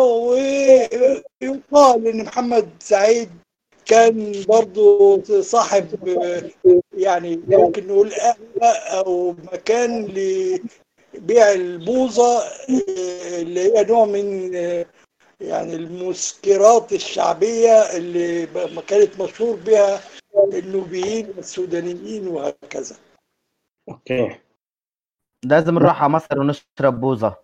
Speaker 7: ويقال ان محمد سعيد كان برضو صاحب يعني ممكن نقول قهوة او مكان لبيع البوظة، اللي هي نوع من يعني المسكرات الشعبية اللي ما كانت مشهور بها النوبيين والسودانيين وهكذا.
Speaker 3: اوكي.
Speaker 2: لازم نروح على مصر ونشرب بوظة.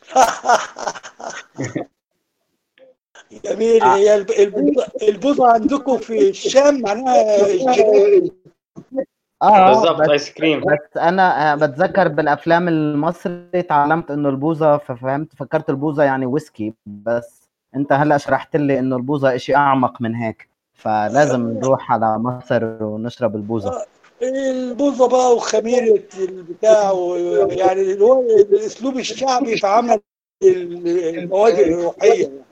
Speaker 7: جميل.
Speaker 2: آه.
Speaker 7: هي الب- البوظة البوظة عندكم في الشام معناها الجيلاتي.
Speaker 2: اه
Speaker 3: بالضبط،
Speaker 2: بس
Speaker 3: ايس كريم.
Speaker 2: بس انا آه، بتذكر بالافلام المصري تعلمت انه البوظة، ففهمت فكرت البوظة يعني ويسكي، بس انت هلا شرحت لي انه البوظة اشي اعمق من هيك، فلازم نروح على مصر ونشرب البوظة.
Speaker 7: آه، البوظة بقى وخميرة البتاع، ويعني اللي هو الاسلوب الشعبي في عمل المواد الروحية.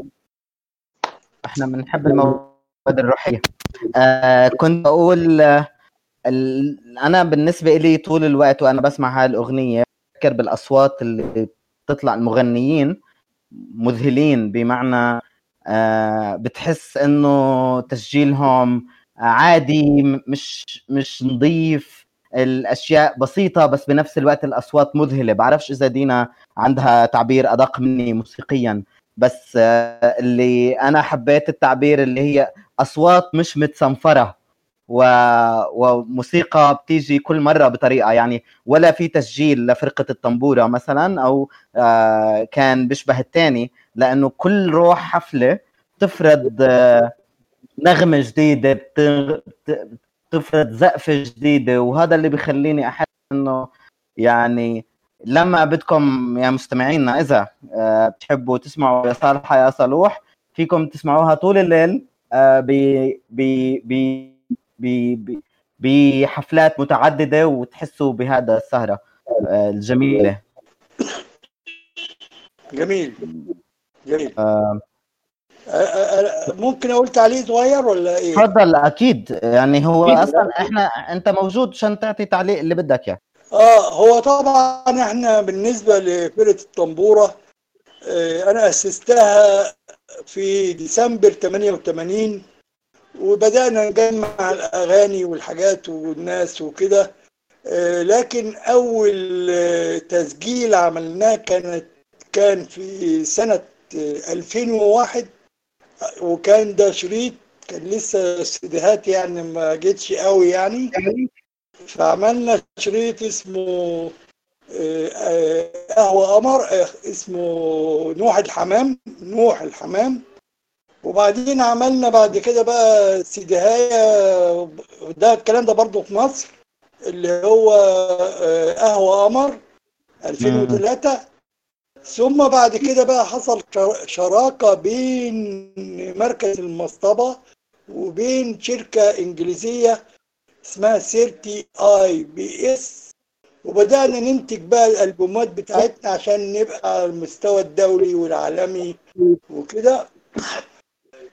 Speaker 2: احنا بنحب المواد الروحية. آه كنت اقول آه، ال... انا بالنسبة لي طول الوقت وانا بسمع هاي الاغنية بفكر بالاصوات اللي بتطلع المغنيين مذهلين، بمعنى آه، بتحس انه تسجيلهم عادي، م- مش مش نظيف، الاشياء بسيطه بس بنفس الوقت الاصوات مذهله. بعرفش اذا دينا عندها تعبير ادق مني موسيقيا، بس آه، اللي انا حبيت التعبير اللي هي اصوات مش متصنفره، و... وموسيقى بتيجي كل مره بطريقه، يعني ولا في تسجيل لفرقه الطنبوره مثلا او آه، كان بيشبه الثاني، لانه كل روح حفله تفرض آه، نغمه جديده، بت- بت- تفرض زقفه جديده، وهذا اللي بيخليني احس انه يعني لما بدكم يا مستمعينا اذا آه، بتحبوا تسمعوا يا صالحه يا صالوح، فيكم تسمعوها طول الليل آه، ب ب ب ب بحفلات متعدده، وتحسوا بهذا السهره آه، الجميله.
Speaker 7: جميل جميل.
Speaker 2: آه،
Speaker 7: آه، آه، ممكن اقول تعليق صغير ولا ايه؟
Speaker 2: تفضل. اكيد، يعني هو اصلا احنا انت موجود عشان تعطي تعليق اللي بدك اياه.
Speaker 7: اه، هو طبعا احنا بالنسبة لفرقة الطنبورة، آه، انا اسستها في ديسمبر ثمانية وثمانين، وبدأنا نجمع الأغاني والحاجات والناس وكده. آه، لكن أول آه، تسجيل عملناه كانت كان في سنة آه، ألفين وواحد، وكان ده شريط، كان لسه السيديهات يعني ما جتش قوي يعني. فعملنا شريط اسمه آه، آه، قهوة قمر، آه، اسمه نوح الحمام نوح الحمام. وبعدين عملنا بعد كده بقى سيديهاية، ده الكلام ده برضه في مصر، اللي هو آه، قهوة قمر ألفين وثلاثة. ثم بعد كده بقى حصل شر- شراكة بين مركز المصطبة وبين شركة إنجليزية اسمها سيرتي آي بي إس، وبدأنا ننتج بقى الألبومات بتاعتنا عشان نبقى على المستوى الدولي والعالمي وكده.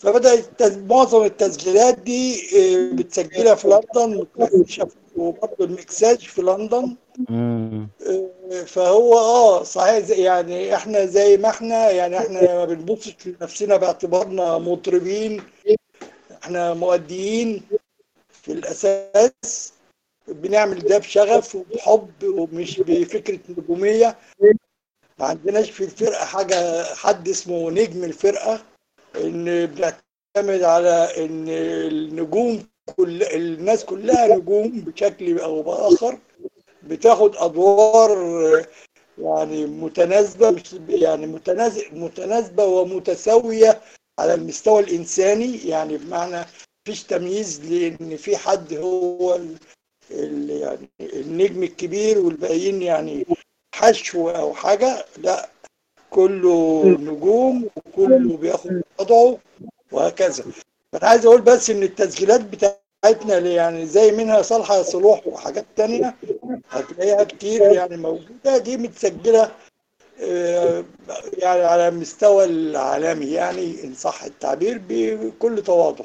Speaker 7: فبدأ التز... معظم التسجيلات دي آه، بتسجلها في لندن، متمكنشة، وبرضه المكساج في لندن.
Speaker 2: امم
Speaker 7: آه، فهو اه صحيح، زي- يعني احنا زي ما احنا، يعني احنا ما بنبصش لنفسنا باعتبارنا مطربين، احنا مؤديين في الاساس. بنعمل ده بشغف وبحب ومش بفكرة نجومية. ما عندناش في الفرقة حاجة حد اسمه نجم الفرقة، ان بنعتمد على ان النجوم، كل الناس كلها نجوم بشكل او باخر، بتاخد ادوار يعني متناسبة، مش يعني متناسب متناسبة ومتساوية على المستوى الإنساني، يعني بمعنى مفيش تمييز لأن في حد هو ال ال يعني النجم الكبير والباقيين يعني حشو أو حاجة، لا، كله نجوم وكله بياخد وضعه وهكذا. أنا عايز أقول بس إن التسجيلات بتاعتنا اللي يعني زي منها صالحة صلوح وحاجات تانية هتلاقيها كتير يعني موجودة، دي متسجلة آه، يعني على المستوى العالمي، يعني إن صح التعبير، بكل تواضع.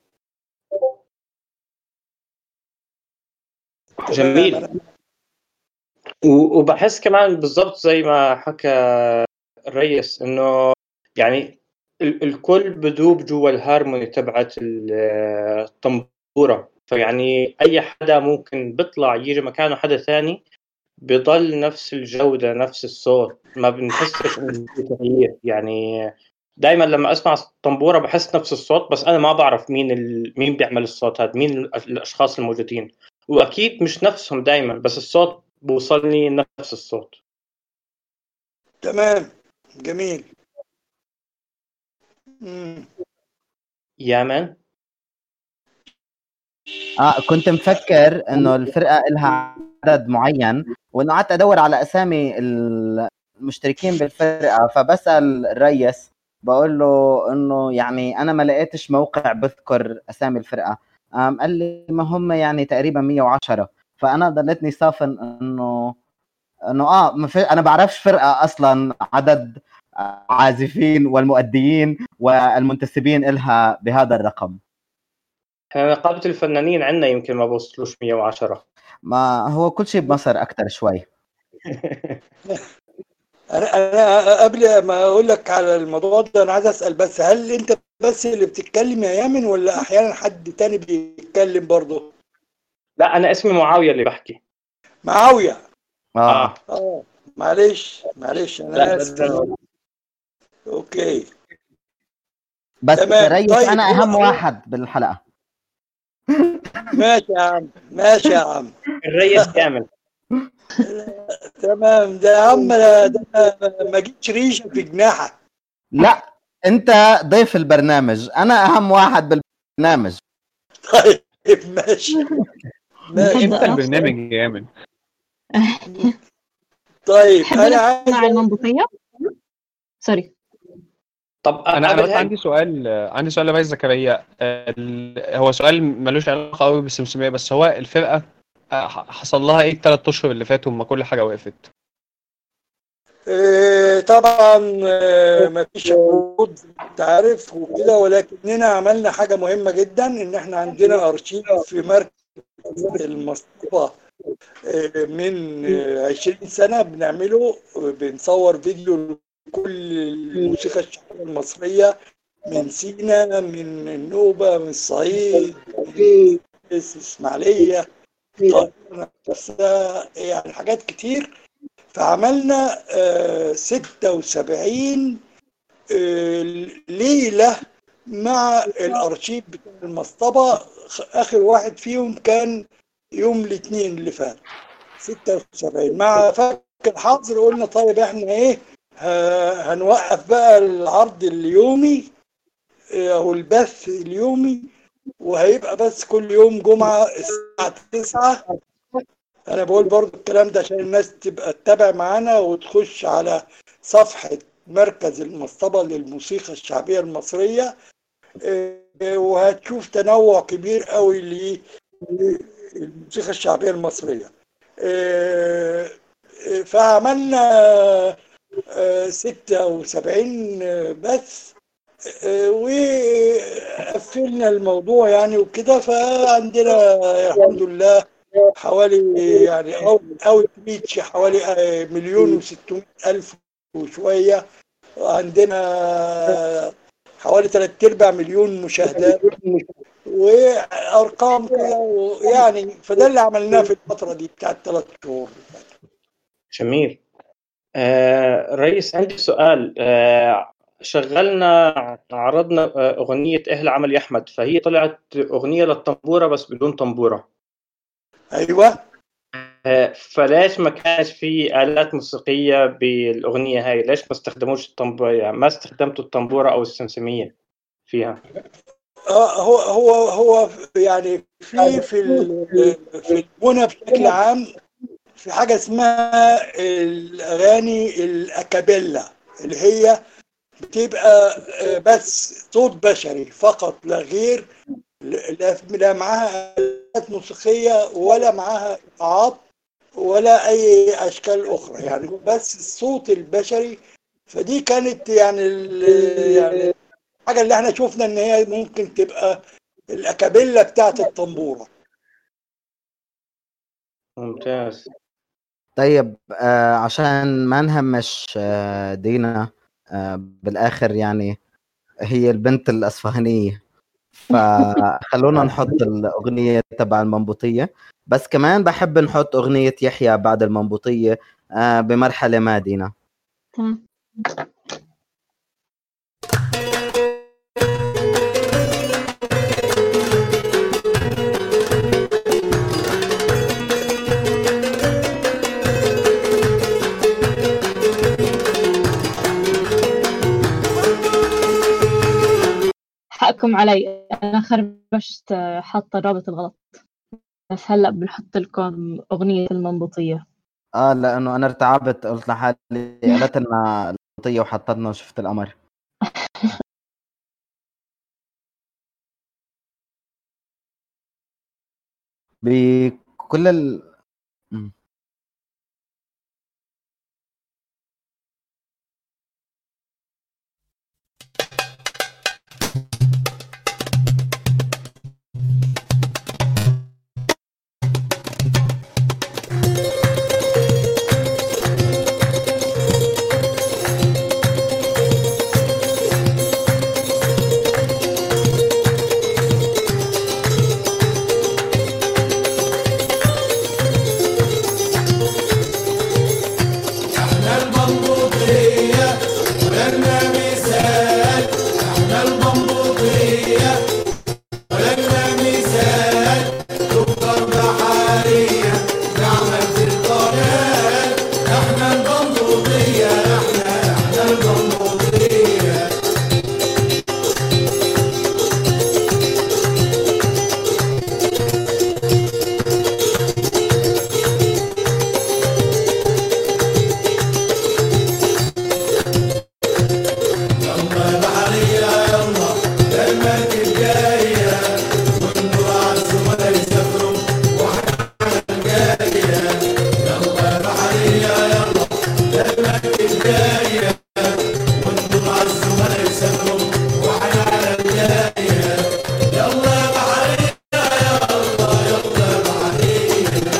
Speaker 7: تمام.
Speaker 3: جميل.
Speaker 7: أنا
Speaker 3: و- وبحس كمان بالضبط زي ما حكى الريس انه يعني ال- الكل بدوب جوا الهارموني تبعت ال- الطنبورة، فيعني اي حدا ممكن بيطلع يجي مكانه حدا ثاني بيضل نفس الجودة نفس الصوت، ما بنحسش انه في تغيير. يعني دائما لما اسمع الطنبورة بحس نفس الصوت، بس انا ما بعرف مين ال... مين بيعمل الصوت هذا، مين ال- الاشخاص الموجودين، واكيد مش نفسهم دائما، بس الصوت بوصلني نفس الصوت.
Speaker 7: تمام. جميل. مم.
Speaker 3: يا مان.
Speaker 2: اه كنت مفكر انه الفرقه لها عدد معين، وانه قعدت ادور على اسامي المشتركين بالفرقه، فبسال الريس بقول له انه يعني انا ما لقيتش موقع بذكر اسامي الفرقه. قام قال لي ما هم يعني تقريبا مية وعشرة. فانا ضليتني صافن انه انه اه ما في، انا بعرفش فرقه اصلا عدد عازفين والمؤديين والمنتسبين إلها بهذا الرقم.
Speaker 3: احنا نقابة الفنانين عندنا يمكن ما بوصلوش مية وعشرة.
Speaker 2: ما هو كل شيء بمصر اكثر شوي.
Speaker 7: أنا أنا قبل ما أقول لك على الموضوع ده، أنا عايز أسأل بس، هل أنت بس اللي بتتكلم يا يامن ولا أحيانا حد تاني بيتكلم برضه؟
Speaker 3: لا انا اسمي معاوية اللي بحكي.
Speaker 7: معاوية.
Speaker 2: اه
Speaker 3: اه
Speaker 7: اه معلش معلش
Speaker 3: لا
Speaker 7: أنا آسف.
Speaker 3: لا
Speaker 7: أوكي.
Speaker 2: بس
Speaker 7: تمام.
Speaker 2: ريس
Speaker 7: طيب
Speaker 2: انا
Speaker 7: هو
Speaker 2: اهم
Speaker 7: هو
Speaker 2: واحد بالحلقه.
Speaker 7: ماشي يا عم، ماشي يا عم.
Speaker 3: الريس كامل.
Speaker 7: تمام. ده يا عم ده ده ما جيتش ريشه في جناحك.
Speaker 2: لا انت ضيف البرنامج، انا اهم واحد بالبرنامج.
Speaker 7: طيب ماشي ماشي.
Speaker 5: انت
Speaker 4: مصدقة.
Speaker 5: البرنامج يا ايمن.
Speaker 7: طيب
Speaker 4: تحب
Speaker 7: انا عايز
Speaker 4: نسمع المنطقية؟ سوري.
Speaker 3: طب
Speaker 5: انا انا
Speaker 3: قبل
Speaker 5: بس عندي
Speaker 3: هيك
Speaker 5: سؤال عندي سؤال لريس زكريا. ال- هو سؤال ملوش علاقه قوي بالسمسميه، بس هو الفرقه آه، حصل لها ايه الثلاث اشهر اللي فاتوا اما كل حاجه وقفت؟
Speaker 7: آه، طبعا آه، ما فيش عروض انت عارف وكده، ولكننا عملنا حاجه مهمه جدا، ان احنا عندنا ارشيف في مركز المصطبه آه، من آه، عشرين سنه بنعمله، بنصور فيديو لكل الموسيقى الشعبيه المصريه، من سينا، من النوبه، من الصعيد، من الاسماعيليه، القاهره نفسها، يعني حاجات كتير. فعملنا آه، ستة وسبعين آه، ليلة مع الأرشيف بتاع المصطبة. خ- آخر واحد فيهم كان يوم الاثنين اللي فات، ستة وسبعين مع فك الحظر. قلنا طيب احنا ايه، ه- هنوقف بقى العرض اليومي آه، أو البث اليومي، وهيبقى بس كل يوم جمعة الساعة تسعة. انا بقول برضو الكلام ده عشان الناس تبقى تتابع معانا وتخش على صفحة مركز المصطبة للموسيقى الشعبية المصرية، آه، وهتشوف تنوع كبير قوي للموسيقى الشعبية المصرية. آه، آه، فعملنا آه، ستة وسبعين بث وقفلنا الموضوع يعني وكده. فعندنا الحمد لله حوالي يعني او او ريتش حوالي آه، مليون وستمائة الف وشويه. عندنا حوالي ثلاث ارباع مليون مشاهدات وارقام كده يعني. فده اللي عملناه في الفتره دي بتاعت ثلاث شهور.
Speaker 3: جميل. آه رئيس، عندي سؤال. آه شغلنا عرضنا آه، أغنية أهل عمل يا أحمد، فهي طلعت أغنية للطنبورة بس بدون طنبورة.
Speaker 7: ايوه.
Speaker 3: آه فليش ما كانش في آلات موسيقية بالأغنية هاي؟ ليش ما استخدموش الطنبورة؟ يعني ما استخدمتوا الطنبورة أو السمسمية فيها؟
Speaker 7: اه هو هو هو يعني في في ال- في الغنى بشكل عام في حاجه اسمها الاغاني الاكابيلا، اللي هي بتبقى آه، بس صوت بشري فقط لا غير. لا لا معاها آلات موسيقية ولا معاها إيقاعات ولا أي أشكال أخرى، يعني بس الصوت البشري. فدي كانت يعني ال- يعني الحاجة اللي احنا شفنا إن هي ممكن تبقى الأكابيلا بتاعت الطنبورة.
Speaker 3: ممتاز.
Speaker 2: طيب آه عشان ما نهمش آه دينا آه بالاخر يعني هي البنت الاصفهانيه، فخلونا نحط الاغنيه تبع المنبوطيه، بس كمان بحب نحط اغنيه يحيى بعد المنبوطيه آه بمرحله ما دينا.
Speaker 4: تمام. حقكم علي، أنا خربشت آه، حاطة الرابط الغلط، بس هلأ بنحط لكم أغنية المنبوطية.
Speaker 2: اه لانه انا ارتعبت، قلت لحالي قالت لنا المنبوطيه وحطتنا وشفت القمر. بكل ال... م.
Speaker 6: احنا المنبوطية ولنا مثال، احنا المنبوطية ولنا مثال، سكر بحرية نعمل في القناة. احنا المنبوطية، احنا احنا المنبوطية. يلا بحرية يلا المركب جاية، والنور على الزملاء يسافروا واحنا جاية. يلا بحرية يلا المركب جاية، والنور على الزملاء يسافروا واحنا على الجاية. يلا بحرية يلا يلا بحرية.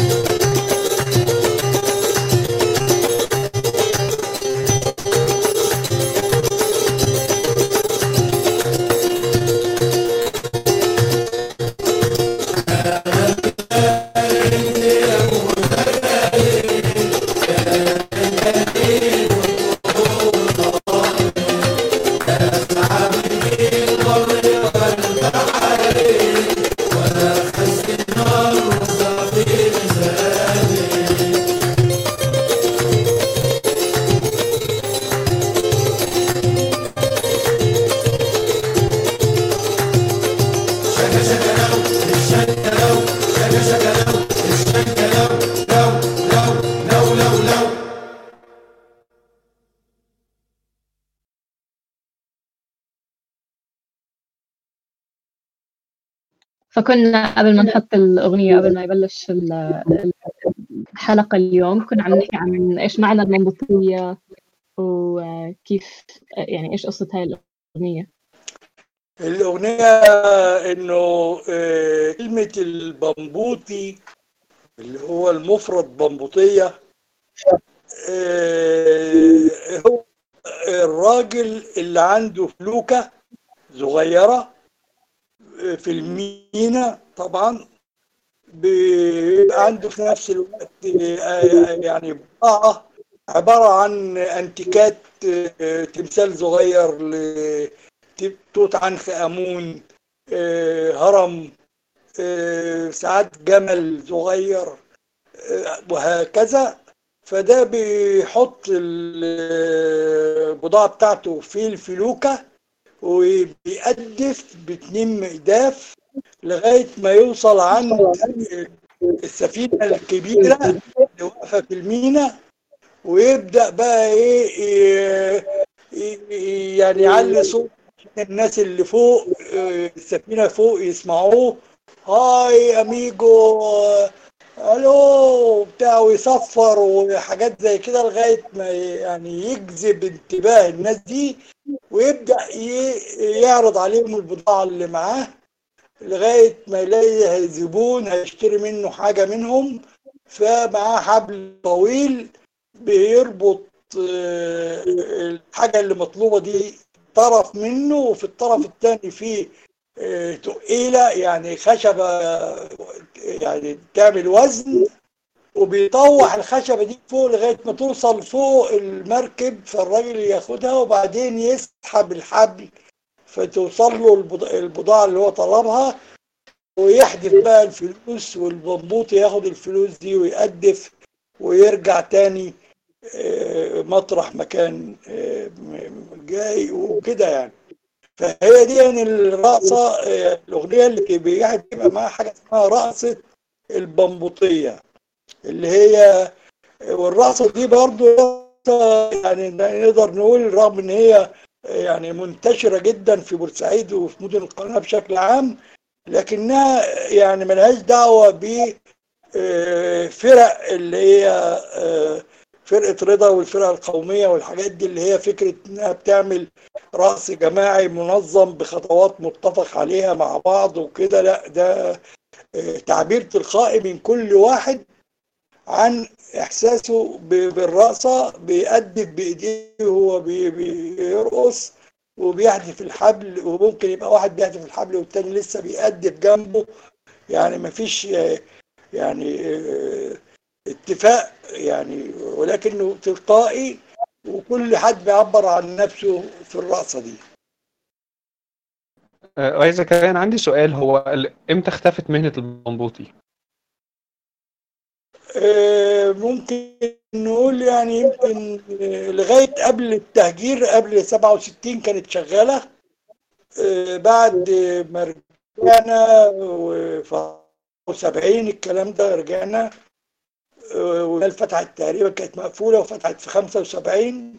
Speaker 4: فكنا قبل ما نحط الأغنية، قبل ما يبلش ال- الحلقة اليوم، كنا عم نحكي عن إيش معنى المنبوطية وكيف يعني إيش قصة هاي الأغنية؟
Speaker 7: الأغنية إنه آه، كلمة البمبوطي اللي هو المفرد بمبوطية، آه، هو الراجل اللي عنده فلوكة صغيرة آه، في المينا طبعا، بيبقى عنده في نفس الوقت آه، يعني بضاعة عبارة عن أنتيكات، آه، تمثال صغير لتوت عنخ آمون، آه، هرم، آه، ساعات جمل صغير، آه، وهكذا. فده بيحط البضاعة بتاعته في الفلوكة وبيقدف باتنين مقداف لغاية ما يوصل عند السفينة الكبيرة اللي واقفة في المينا، ويبدأ بقى ايه ي- ي- يعني يعلي صوت الناس اللي فوق، آه، السفينة فوق يسمعوه، هاي اميجو، الو بتاع، ويصفر وحاجات زي كده لغاية ما يعني يجذب انتباه الناس دي، ويبدأ ي- يعرض عليهم البضاعة اللي معاه لغاية ما يلاقي زبون هيشتري منه حاجة منهم. فمعاه حبل طويل بيربط آه، الحاجة اللي مطلوبة دي طرف منه، وفي الطرف الثاني فيه آه، تقيلة يعني خشبة، آه، يعني تعمل وزن، وبيطوح الخشبة دي فوق لغاية ما توصل فوق المركب، فالراجل ياخدها وبعدين يسحب الحبل فتوصل له البض- البضاعة اللي هو طلبها، ويحدف بقى الفلوس، والبنبوط ياخد الفلوس دي ويقدف ويرجع تاني آه، مطرح مكان آه، م- جاي وكده يعني. فهي دي يعني الرقصة، آه، الأغنية اللي بيبقى معاها حاجة اسمها رقصة البنبوطية اللي هي، والرقصة دي برضو رقصة يعني نقدر نقول رغم ان هي يعني منتشرة جدا في بورسعيد وفي مدن القناة بشكل عام، لكنها يعني ملهاش دعوة بفرق اللي هي آه، فرقة رضا والفرقة القومية والحاجات دي، اللي هي فكرة انها بتعمل رقص جماعي منظم بخطوات متفق عليها مع بعض وكده. لا، ده آه، تعبير تلقائي من كل واحد عن احساسه ب- بالرقصه، بيأدب بايديه وهو بي- بيرقص وبيحدف الحبل، وممكن يبقى واحد بيحدف الحبل والتاني لسه بيأدب جنبه، يعني مفيش آه، يعني آه، اتفاق يعني، ولكنه تلقائي وكل حد بيعبر عن نفسه في الرقصه دي.
Speaker 5: آه، رئيس زكريا، انا عندي سؤال. هو ال- امتى اختفت مهنة البنبوطي؟
Speaker 7: آه، ممكن نقول يعني يمكن آه، لغايه قبل التهجير، قبل سبعة وستين كانت شغاله. آه، بعد ما رجعنا وفي سبعين الكلام ده رجعنا، آه، والفتحت تقريبا كانت مقفولة وفتحت في خمسة وسبعين،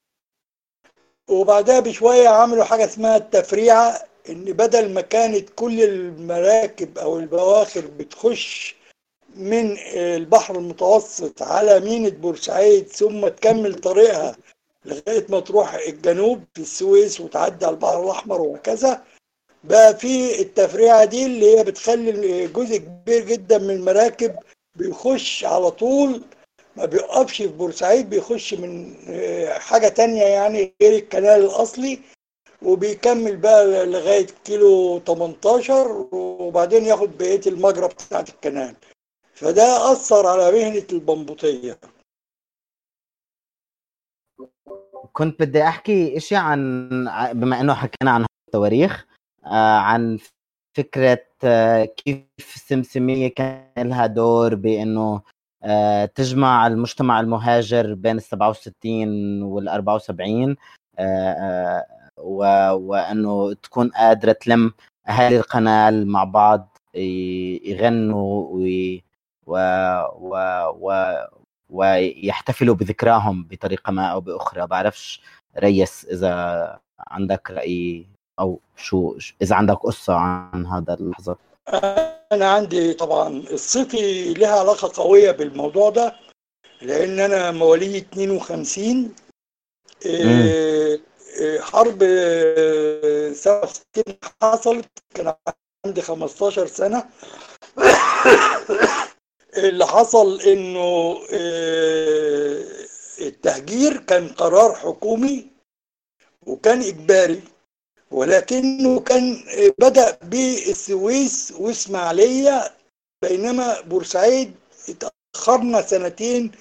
Speaker 7: وبعدها بشوية عملوا حاجة اسمها التفريعة، إن بدل ما كانت كل المراكب أو البواخر بتخش من البحر المتوسط على ميناء بورسعيد ثم تكمل طريقها لغاية ما تروح الجنوب في السويس وتعدي على البحر الأحمر وهكذا، بقى في التفريعة دي اللي هي بتخلي جزء كبير جدا من المراكب بيخش على طول، ما بيقفش في بورسعيد، بيخش من آه، حاجة تانية يعني غير الكنال الأصلي، وبيكمل بقى لغاية كيلو تمنتاشر وبعدين ياخد بقية المجرى بتاعت الكنال. فده أثر على مهنة البنبوطية.
Speaker 2: كنت بدي احكي اشي عن، بما انه حكينا عن التواريخ، آه، عن فكرة آه، كيف السمسمية كان لها دور بانه آه، تجمع المجتمع المهاجر بين السبعة وستين والأربعة وسبعين، آه، آه، و- وانه تكون قادرة تلم اهالي القنال مع بعض ي- يغنوا وي- و و و ويحتفلوا بذكراهم بطريقة ما أو بأخرى. بعرفش ريس إذا عندك رأي أو شو إذا عندك قصة عن هذا اللحظة.
Speaker 7: أنا عندي طبعا قصتي لها علاقة قوية بالموضوع ده، لأن أنا مواليد اتنين وخمسين.
Speaker 2: امم
Speaker 7: إيه حرب سبعة وستين حصلت، كان عندي خمستاشر سنة. اللي حصل انه التهجير كان قرار حكومي وكان اجباري، ولكنه كان بدأ بالسويس واسماعيلية، بينما بورسعيد اتأخرنا سنتين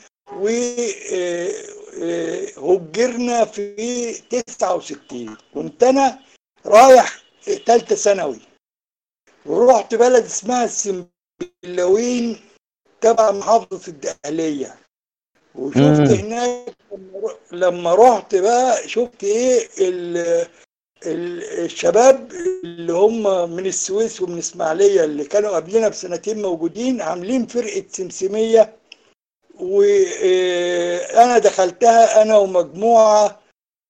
Speaker 7: وهجرنا في تسعة وستين. كنت انا رايح تالتة ثانوي ورحت بلد اسمها السنبلاوين تبع محافظة الدقهلية، وشفت
Speaker 2: مم.
Speaker 7: هناك لما رحت بقى شفت ايه ال- ال- الشباب اللي هم من السويس ومن اسماعيلية اللي كانوا قبلنا بسنتين موجودين عاملين فرقة سمسمية، وانا دخلتها انا ومجموعة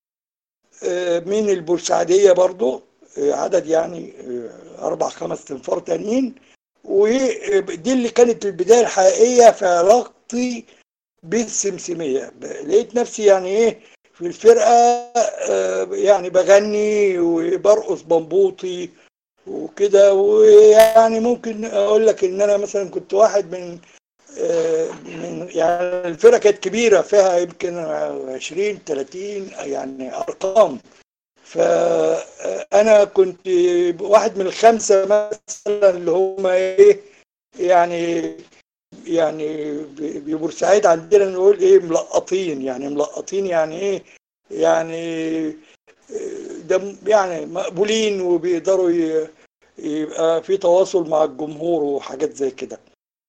Speaker 7: من البورسعيدية برضو، عدد يعني اربع خمس تنفار تانيين، ودي اللي كانت البداية الحقيقية في علاقتي بالسمسمية. لقيت نفسي يعني ايه في الفرقة، يعني بغني وبرقص بمبوطي وكده، ويعني ممكن اقول لك ان انا مثلا كنت واحد من من يعني الفرقة كانت كبيرة فيها يمكن عشرين تلاتين يعني ارقام، فانا كنت واحد من الخمسة مثلا اللي هم ايه يعني يعني ببورسعيد عندنا نقول ايه ملقطين، يعني ملقطين يعني ايه يعني ده يعني مقبولين وبيقدروا يبقى في تواصل مع الجمهور وحاجات زي كده.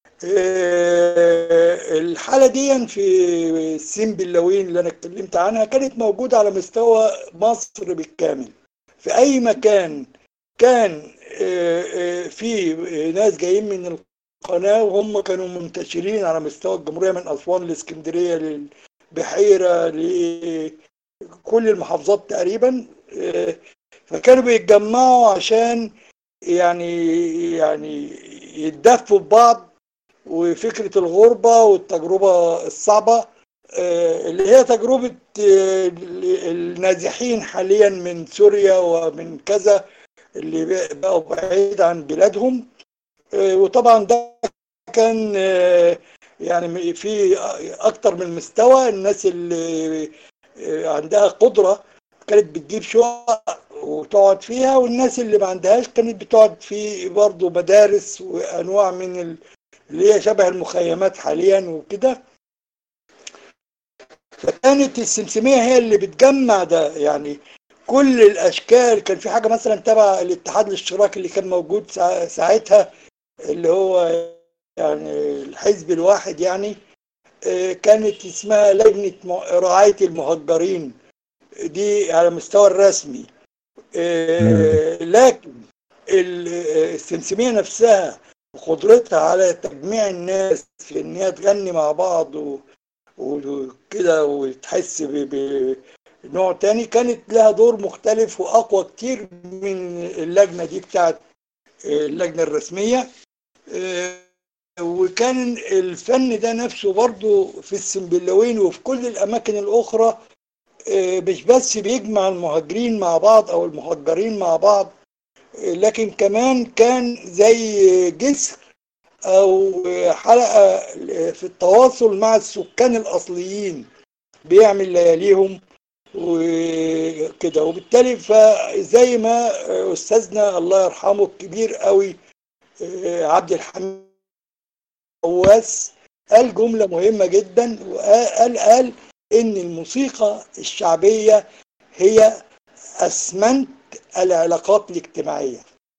Speaker 7: الحالة دي في السنبلاوين اللي انا اتكلمت عنها كانت موجودة على مستوى مصر بالكامل. في اي مكان كان في ناس جايين من القناة وهم كانوا منتشرين على مستوى الجمهورية، من أسوان لإسكندرية للبحيرة لكل المحافظات تقريبا، فكانوا بيتجمعوا عشان يعني يعني يتدفوا ببعض، وفكرة الغربة والتجربة الصعبة اللي هي تجربة النازحين حاليا من سوريا ومن كذا اللي بقوا بعيد عن بلادهم. وطبعا ده كان يعني في اكتر من مستوى، الناس اللي عندها قدرة كانت بتجيب شقق وتقعد فيها، والناس اللي ما عندهاش كانت بتقعد في برضه مدارس وانواع من اللي هي شبه المخيمات حاليا وكده. فكانت السمسمية هي اللي بتجمع ده، يعني كل الاشكال. كان في حاجة مثلا تبع الاتحاد الاشتراكي اللي كان موجود ساعتها اللي هو يعني الحزب الواحد، يعني كانت اسمها لجنة رعاية المهجرين دي على مستوى الرسمي. لكن السمسمية نفسها وقدرتها على تجميع الناس في ان هي تغني مع بعض وكده وتحس بنوع تاني، كانت لها دور مختلف واقوى كتير من اللجنة دي بتاعت اللجنة الرسمية. وكان الفن ده نفسه برضو في السنبلاوين وفي كل الأماكن الأخرى مش بس بيجمع المهاجرين مع بعض أو المهجرين مع بعض، لكن كمان كان زي جسر أو حلقة في التواصل مع السكان الأصليين، بيعمل لياليهم وكده. وبالتالي فزي ما أستاذنا الله يرحمه الكبير قوي عبد الحميد قواس قال جملة مهمة جدا، وقال قال إن الموسيقى الشعبية هي أسمنت العلاقات الاجتماعية.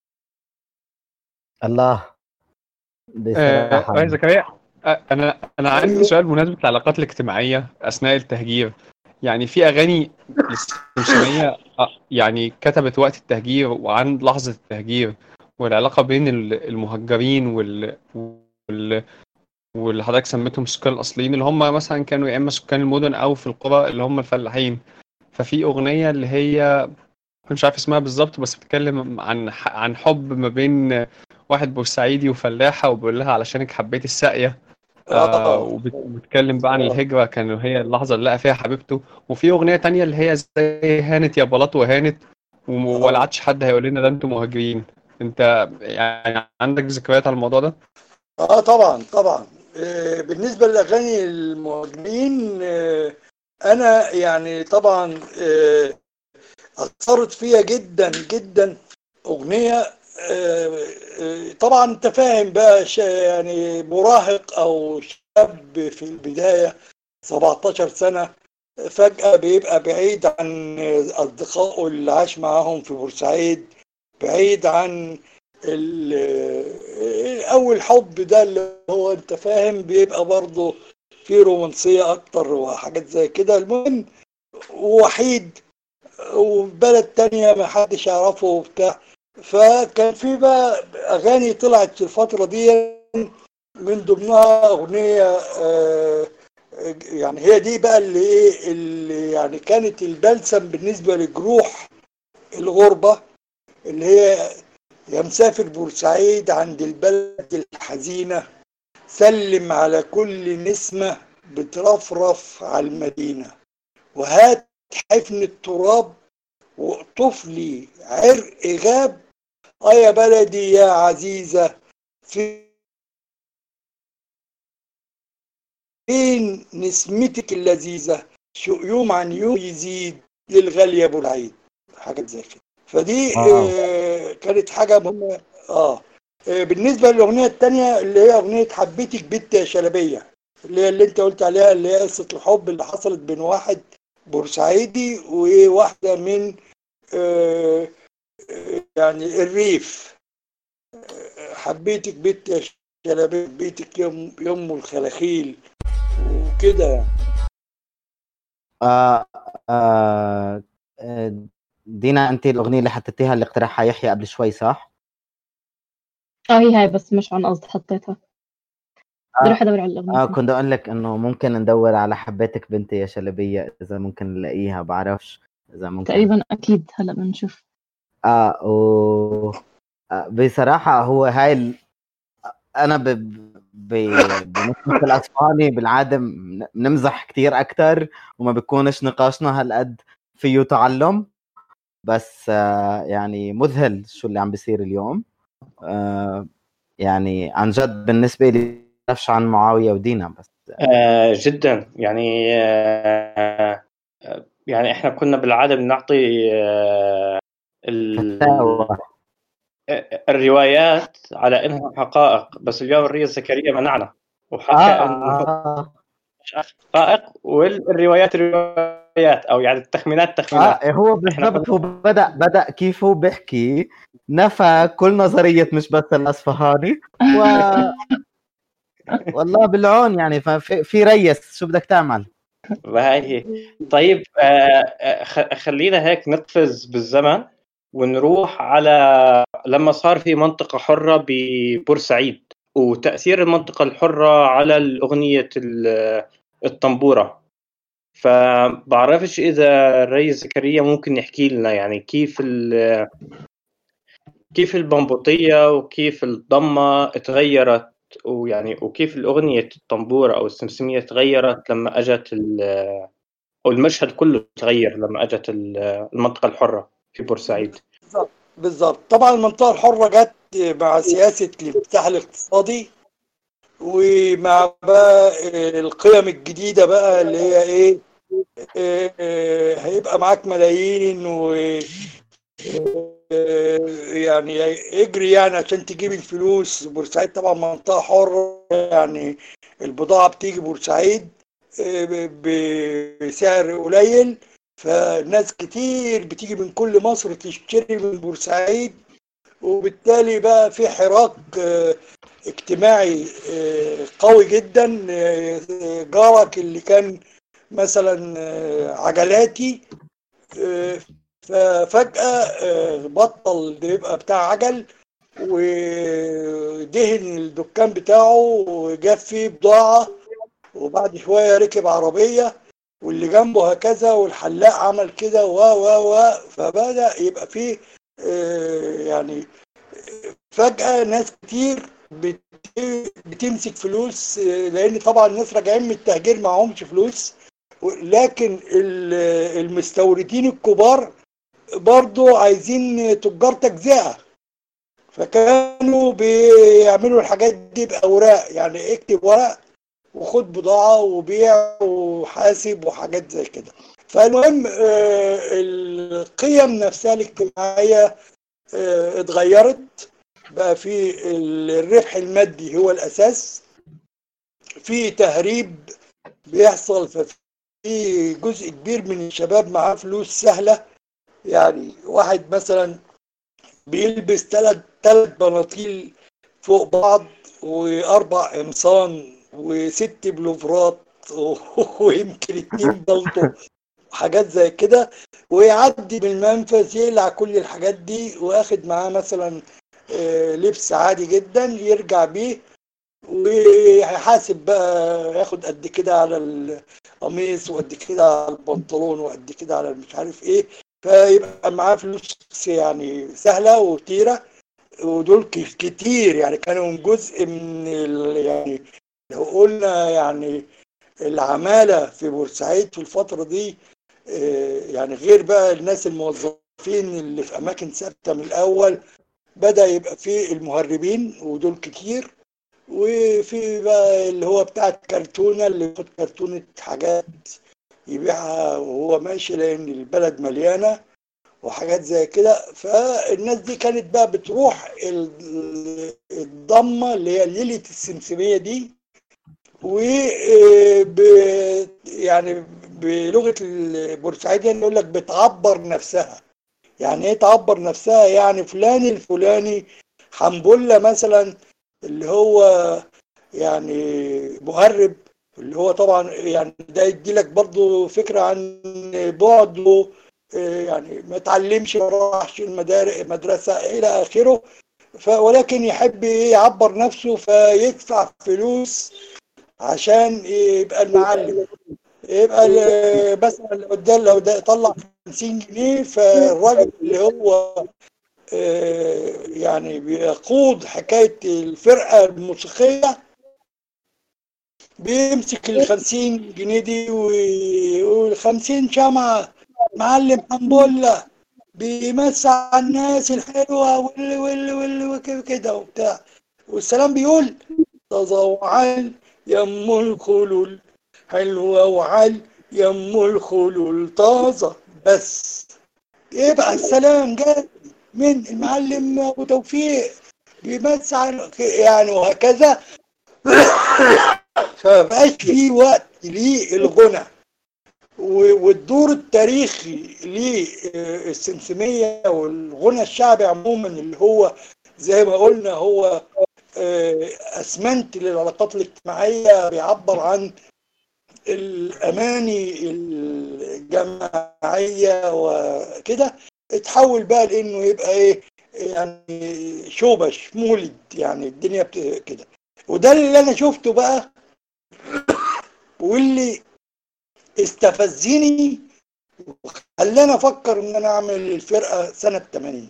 Speaker 2: الله بصراحة.
Speaker 5: آه زكريا، انا انا عندي سؤال بمناسبه العلاقات الاجتماعيه اثناء التهجير. يعني في اغاني للسمسميه يعني كتبت وقت التهجير وعن لحظه التهجير والعلاقه بين المهجرين وال وال واللي حضرتك سميتهم السكان الاصليين اللي هم مثلا كانوا يا اما سكان المدن او في القرى اللي هم الفلاحين. ففي اغنيه اللي هي مش عارف اسمها بالظبط، بس بتتكلم عن عن حب ما بين واحد بورسعيدي وفلاحه، وبيقول لها علشانك حبيت الساقيه. آه
Speaker 7: اه
Speaker 5: وبت- وبتتكلم بقى عن الهجرة، كان هي اللحظة اللي لقى فيها حبيبته. وفي أغنية تانية اللي هي زي هانت يا بلاط وهانت، وم- ولا
Speaker 7: اه
Speaker 5: عادش حد هيقول لنا ده انتوا مهاجرين. انت يعني عندك ذكريات على الموضوع ده؟
Speaker 7: اه طبعا طبعا. آه، بالنسبه للاغاني المهاجرين، آه، انا يعني طبعا آه، اثرت فيا جدا جدا اغنيه. آه، آه، طبعا انت فاهم بقى، ش- يعني مراهق او شاب في البدايه، سبعتاشر سنه، فجاه بيبقى بعيد عن اصدقائه اللي عاش معاهم في بورسعيد، بعيد عن ال- اول حب ده اللي هو انت فاهم، بيبقى برضه فيه رومانسيه اكتر وحاجات زي كده. المهم، وحيد وفي بلد تانية ما حدش يعرفه وبتاع. فكان في بقى أغاني طلعت في الفترة دي، من ضمنها أغنية آه، يعني هي دي بقى اللي إيه اللي يعني كانت البلسم بالنسبة لجروح الغربة، اللي هي يا مسافر بورسعيد عند البلد الحزينة، سلم على كل نسمة بترفرف على المدينة، وهات حفن التراب واقطف لي عرق غاب، اه يا بلدي يا عزيزة، فين نسمتك اللذيذة، شو يوم عن يوم يزيد للغالية ابو العيد، حاجات زي كده. فدي
Speaker 2: واو.
Speaker 7: آه كانت حاجة مهمة. اه آه، بالنسبة للأغنية التانية اللي هي أغنية حبيتك بنت يا شلبية، اللي هي اللي انت قلت عليها، اللي هي قصة الحب اللي حصلت بين واحد بورسعيدي وواحدة من آه يعني الريف. حبيتك بيت يا شلبيت، بيتك يم يم الخلاخيل وكده يعني.
Speaker 2: آه آه آه، دينا، انت الاغنيه اللي حطيتيها اللي اقترحها يحيى قبل شوي، صح؟
Speaker 4: اه هي هاي، بس مش عن قصد حطيتها. بدي
Speaker 2: اه,
Speaker 4: اروح ادور على الاغنية
Speaker 2: آه
Speaker 4: كمان.
Speaker 2: كنت اقول لك انه ممكن ندور على حبيتك بنتي يا شلبيه، اذا ممكن نلاقيها، بعرفش اذا ممكن.
Speaker 4: تقريبا اكيد هلا بنشوف.
Speaker 2: اه و آه، بصراحه هو هاي ال... انا ب... ب... بنسبة الاصفهاني بالعاده بن- بنمزح كتير اكتر، وما بيكونش نقاشنا هالقد فيه تعلم. بس آه يعني مذهل شو اللي عم بيصير اليوم. آه يعني عن جد بالنسبة لي نفش عن معاوية ودينا بس.
Speaker 3: آه جدا يعني آه يعني احنا كنا بالعاده بنعطي آه ال-
Speaker 2: فتاوى.
Speaker 3: الروايات على انها حقائق، بس اليوم الرئيس زكريا منعنا وحكى
Speaker 2: آه,
Speaker 3: انه
Speaker 2: آه,
Speaker 3: مش حقائق، والروايات روايات، او يعني التخمينات تخمينات.
Speaker 2: آه هو
Speaker 3: احنا
Speaker 2: بالضبط، هو
Speaker 3: كنا
Speaker 2: بدأ بدأ كيف هو بيحكي، نفى كل نظرية مش بس الأصفهاني. و والله بالعون يعني، ففي في ريس شو بدك تعمل.
Speaker 3: هاي هي. طيب آه آه، خ- خلينا هيك نقفز بالزمن ونروح على لما صار في منطقة حرة ببورسعيد، وتأثير المنطقة الحرة على الأغنية ال- الطنبورة. فبعرفش إذا الرئيس زكريا ممكن يحكي لنا يعني كيف ال- كيف البمبوطية وكيف الضمة اتغيرت، ويعني وكيف الأغنية الطنبورة أو السمسمية تغيرت لما أجت ال- أو المشهد كله تغير لما أجت ال- المنطقة الحرة في بورسعيد.
Speaker 7: بالظبط بالظبط. طبعا المنطقة الحرة جت مع سياسة الانفتاح الاقتصادي، ومع بقى القيم الجديدة بقى اللي هي ايه، إيه، إيه، هيبقى معاك ملايين و إيه، يعني اجري يعني عشان تجيب الفلوس. بورسعيد طبعا منطقة حرة، يعني البضاعة بتيجي بورسعيد إيه، ب- بسعر قليل، فناس كتير بتيجي من كل مصر تشتري من بورسعيد، وبالتالي بقى في حراك آه، اجتماعي آه، قوي جدا. آه، جارك اللي كان مثلا آه، عجلاتي، آه، ففجأة آه، بطل يبقى بتاع عجل، ودهن الدكان بتاعه وجاب فيه بضاعة، وبعد شوية ركب عربية، واللي جنبه هكذا، والحلاق عمل كده و و و فبدأ يبقى فيه آه، يعني فجأة ناس كتير بت... بتمسك فلوس، لان طبعا الناس راجعين من التهجير معهمش فلوس، لكن المستوردين الكبار برضو عايزين تجار تجزئة، فكانوا بيعملوا الحاجات دي بأوراق، يعني اكتب ورق وخد بضاعة وبيع وحاسب وحاجات زي كده. فالمهم القيم نفسها الاجتماعية اتغيرت، بقى في الربح المادي هو الأساس، في تهريب بيحصل، ففي جزء كبير من الشباب معاه فلوس سهلة، يعني واحد مثلا بيلبس ثلاث ثلاث بناطيل فوق بعض واربع قمصان وست بلوفرات ويمكن اتنين بلطو وحاجات زي كده، ويعدي بالمنفذ يقلع كل الحاجات دي، واخد معاه مثلا لبس عادي جدا يرجع بيه، وهيحاسب بقى ياخد قد كده على القميص وقد كده على البنطلون وقد كده على مش عارف ايه، فيبقى معاه فلوس يعني سهلة وكتيرة. ودول كتير يعني كانوا جزء من يعني لو قلنا يعني العمالة في بورسعيد في الفترة دي، يعني غير بقى الناس الموظفين اللي في أماكن ثابتة من الأول، بدأ يبقى في المهربين ودول كتير، وفي بقى اللي هو بتاعت كرتونة اللي ياخد كرتونة حاجات يبيعها وهو ماشي لأن البلد مليانة وحاجات زي كده. فالناس دي كانت بقى بتروح الضمة اللي هي ليلة السمسمية دي، و يعني بلغة البورسعيدية يقول لك بتعبر نفسها. يعني ايه تعبر نفسها؟ يعني فلان الفلاني حنبلة مثلا اللي هو يعني مهرب، اللي هو طبعا يعني ده يدي لك برضو فكرة عن بعده، يعني ما تعلمش ما راحش المدرسة إلى آخره، ولكن يحب يعبر نفسه فيدفع فلوس عشان يبقى المعلم، يبقى مثلا لو ده لو ده طلع خمسين جنيه، فالراجل اللي هو يعني بيقود حكاية الفرقة الموسيقية بيمسك الخمسين جنيه دي والخمسين شمعة معلم حنبلة بيمسع على الناس الحلوة واللي واللي واللي وكده وبتاع، والسلام بيقول تضوعا يم الخلول حلوة وعل يم الخلول طازة، بس يبقى السلام جاي من المعلم أبو توفيق بيمسع يعني، وهكذا. فمبقاش في وقت للغنى، والدور التاريخي للسمسمية والغنى الشعبي عموما اللي هو زي ما قلنا هو أسمنت للعلاقات الاجتماعية، بيعبر عن الأماني الجماعية وكده، اتحول بقى لأنه يبقى إيه يعني شوبش مولد، يعني الدنيا كده. وده اللي أنا شفته بقى واللي استفزني وخلاني افكر ان انا اعمل الفرقه سنه ثمانين.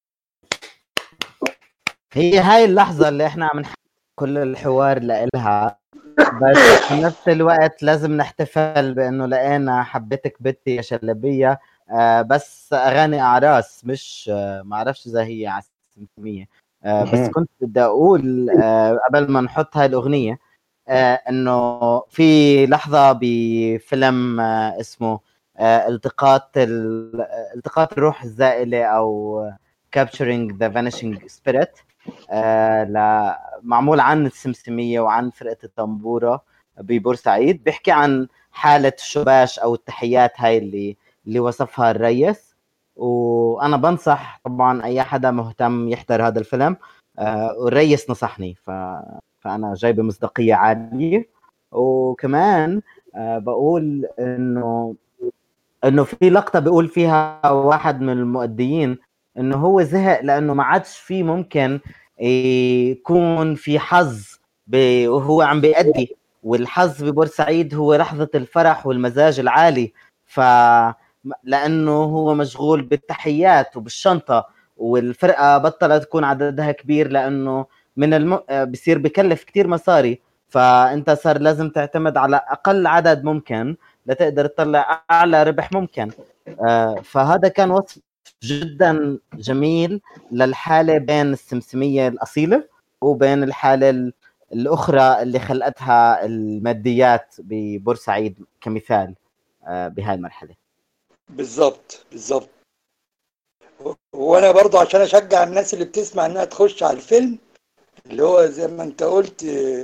Speaker 2: هي هاي اللحظه اللي احنا عم نحكي كل الحوار لإلها، بس في نفس الوقت لازم نحتفل بانه لقينا حبتك بنتي يا شلبيه، آه بس اغاني اعراس، مش آه ما اعرفش اذا هي على السمسميه، آه بس كنت بدي اقول آه قبل ما نحط هاي الاغنيه آه انه في لحظه بفيلم آه اسمه آه التقاط التقاط الروح الزائله او Capturing the Vanishing Spirit، آه معمول عن السمسميه وعن فرقه الطنبوره ببورسعيد، بيحكي عن حاله الشباش او التحيات هاي اللي اللي وصفها الريس. وانا بنصح طبعا اي حدا مهتم يحضر هذا الفيلم، آه والريس نصحني ف فأنا جايبة مصداقية عالية. وكمان أه بقول إنه إنه في لقطة بيقول فيها واحد من المؤديين إنه هو زهق لأنه ما عادش فيه ممكن يكون في حظ وهو عم بيأدي، والحظ ببورسعيد هو لحظة الفرح والمزاج العالي، ف لأنه هو مشغول بالتحيات وبالشنطة، والفرقة بطلت تكون عددها كبير لأنه من الم... آه، بصير بكلف كتير مصاري، فانت صار لازم تعتمد على اقل عدد ممكن لتقدر تطلع اعلى ربح ممكن. آه، فهذا كان وصف جدا جميل للحالة بين السمسمية الأصيلة وبين الحالة ال- الأخرى اللي خلقتها الماديات ببورسعيد كمثال آه، بهاي المرحلة.
Speaker 7: بالظبط بالظبط. وانا برضو عشان اشجع الناس اللي بتسمع انها تخش على الفيلم اللي هو زي ما انت قلت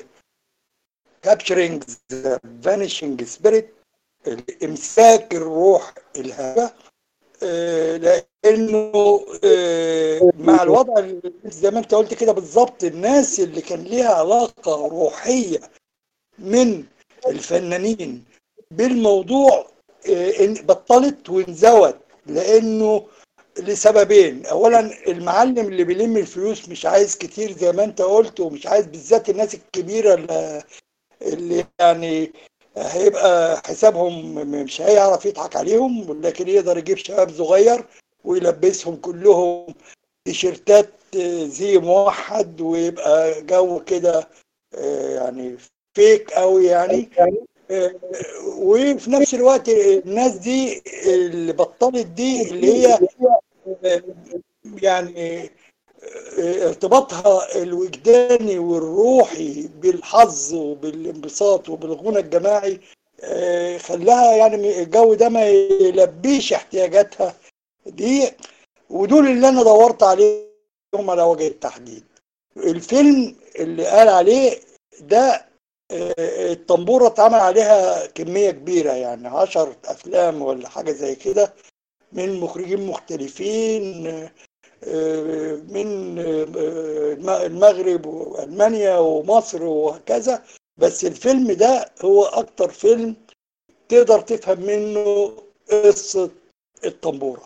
Speaker 7: كابتشرينج ذا فانيشنج سبيريت، امساك الروح الهامه، آه، لانه آه، مع الوضع اللي زي ما انت قلت كده بالظبط، الناس اللي كان ليها علاقه روحيه من الفنانين بالموضوع آه، إن- بطلت وانزوت، لانه لسببين. اولا المعلم اللي بيلم الفلوس مش عايز كتير زي ما انت قلت، ومش عايز بالذات الناس الكبيره اللي اللي يعني هيبقى حسابهم مش هيعرف يضحك عليهم، لكن يقدر يجيب شباب صغير ويلبسهم كلهم تيشيرتات آه، زي موحد، ويبقى جو كده آه، يعني فيك قوي يعني. آه، وفي نفس الوقت الناس دي اللي بطلت دي اللي هي آه، يعني آه، ارتباطها الوجداني والروحي بالحظ وبالانبساط وبالغنى الجماعي آه، خلاها يعني الجو ده ما يلبيش احتياجاتها دي. ودول اللي انا دورت عليهم على وجه التحديد. الفيلم اللي قال عليه ده آه، الطنبورة اتعمل عليها كمية كبيرة، يعني عشر أفلام ولا حاجة زي كده من مخرجين مختلفين آه، من آه، المغرب وألمانيا ومصر وهكذا. بس الفيلم ده هو أكتر فيلم تقدر تفهم منه قصة الطنبورة.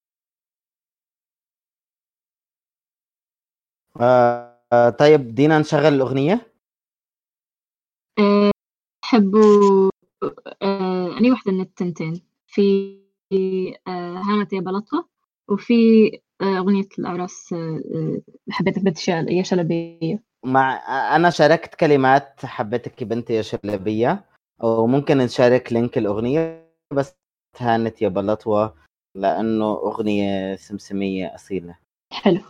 Speaker 2: آه، آه، طيب دينا نشغل الأغنية.
Speaker 4: أه، تحبوا أه، أني واحدة من التنتين، في أه، هانت يا بلطة، وفي أه، أغنية الأعراس أه، حبيتك بنت شال- يا شلبية.
Speaker 2: مع أنا شاركت كلمات حبيتك بنت يا شلبية، وممكن نشارك لينك الأغنية، بس هانت يا بلطوة لأنه أغنية سمسمية أصيلة.
Speaker 4: حلو.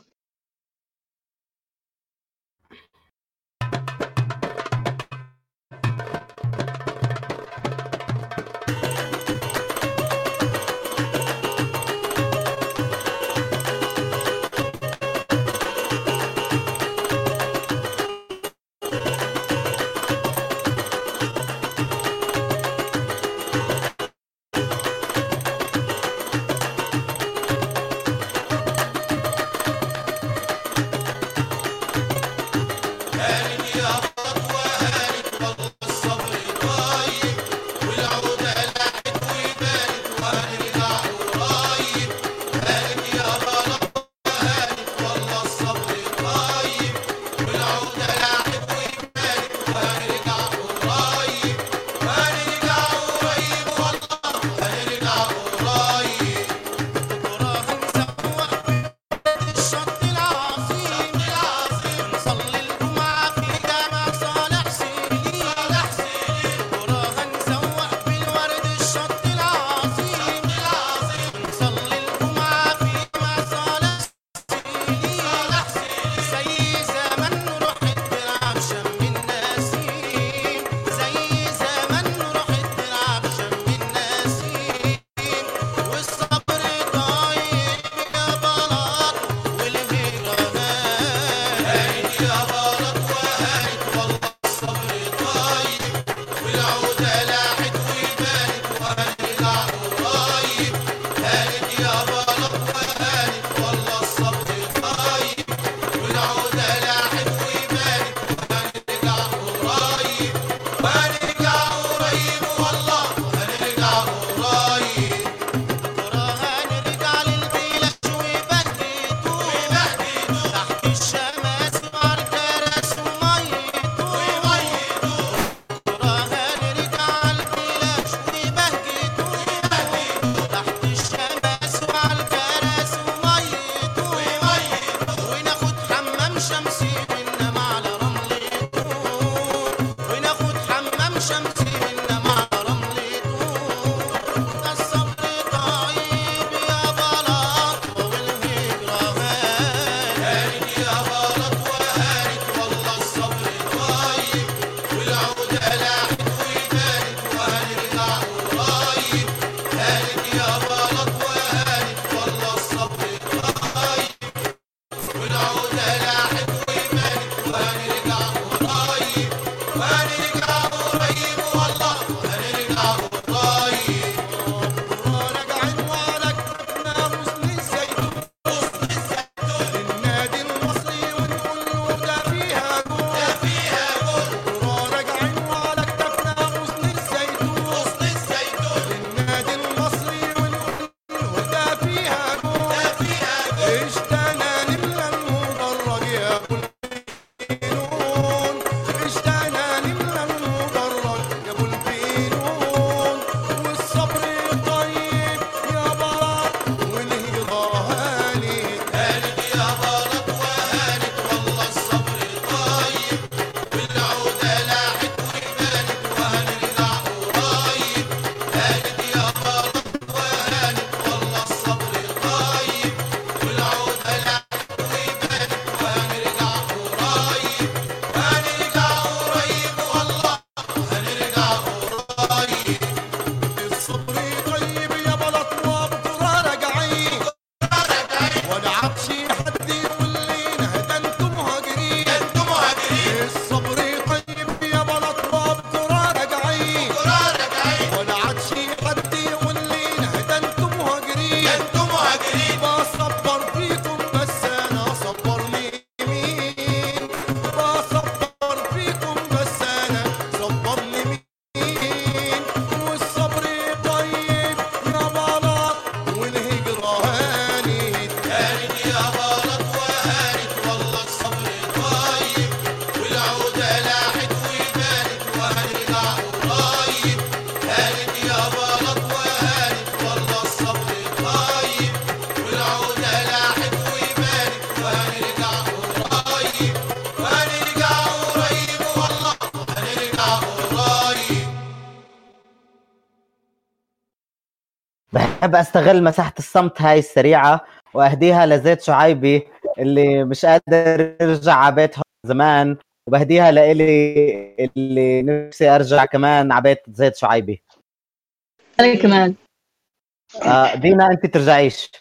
Speaker 2: بحب استغل مساحه الصمت هاي السريعه واهديها لزيد شعيبي اللي مش قادر يرجع على بيت زمان، وبهديها لإلي اللي نفسي ارجع كمان على بيت زيد شعيبي.
Speaker 4: انا كمان.
Speaker 2: آه دينا انت ترجعيش.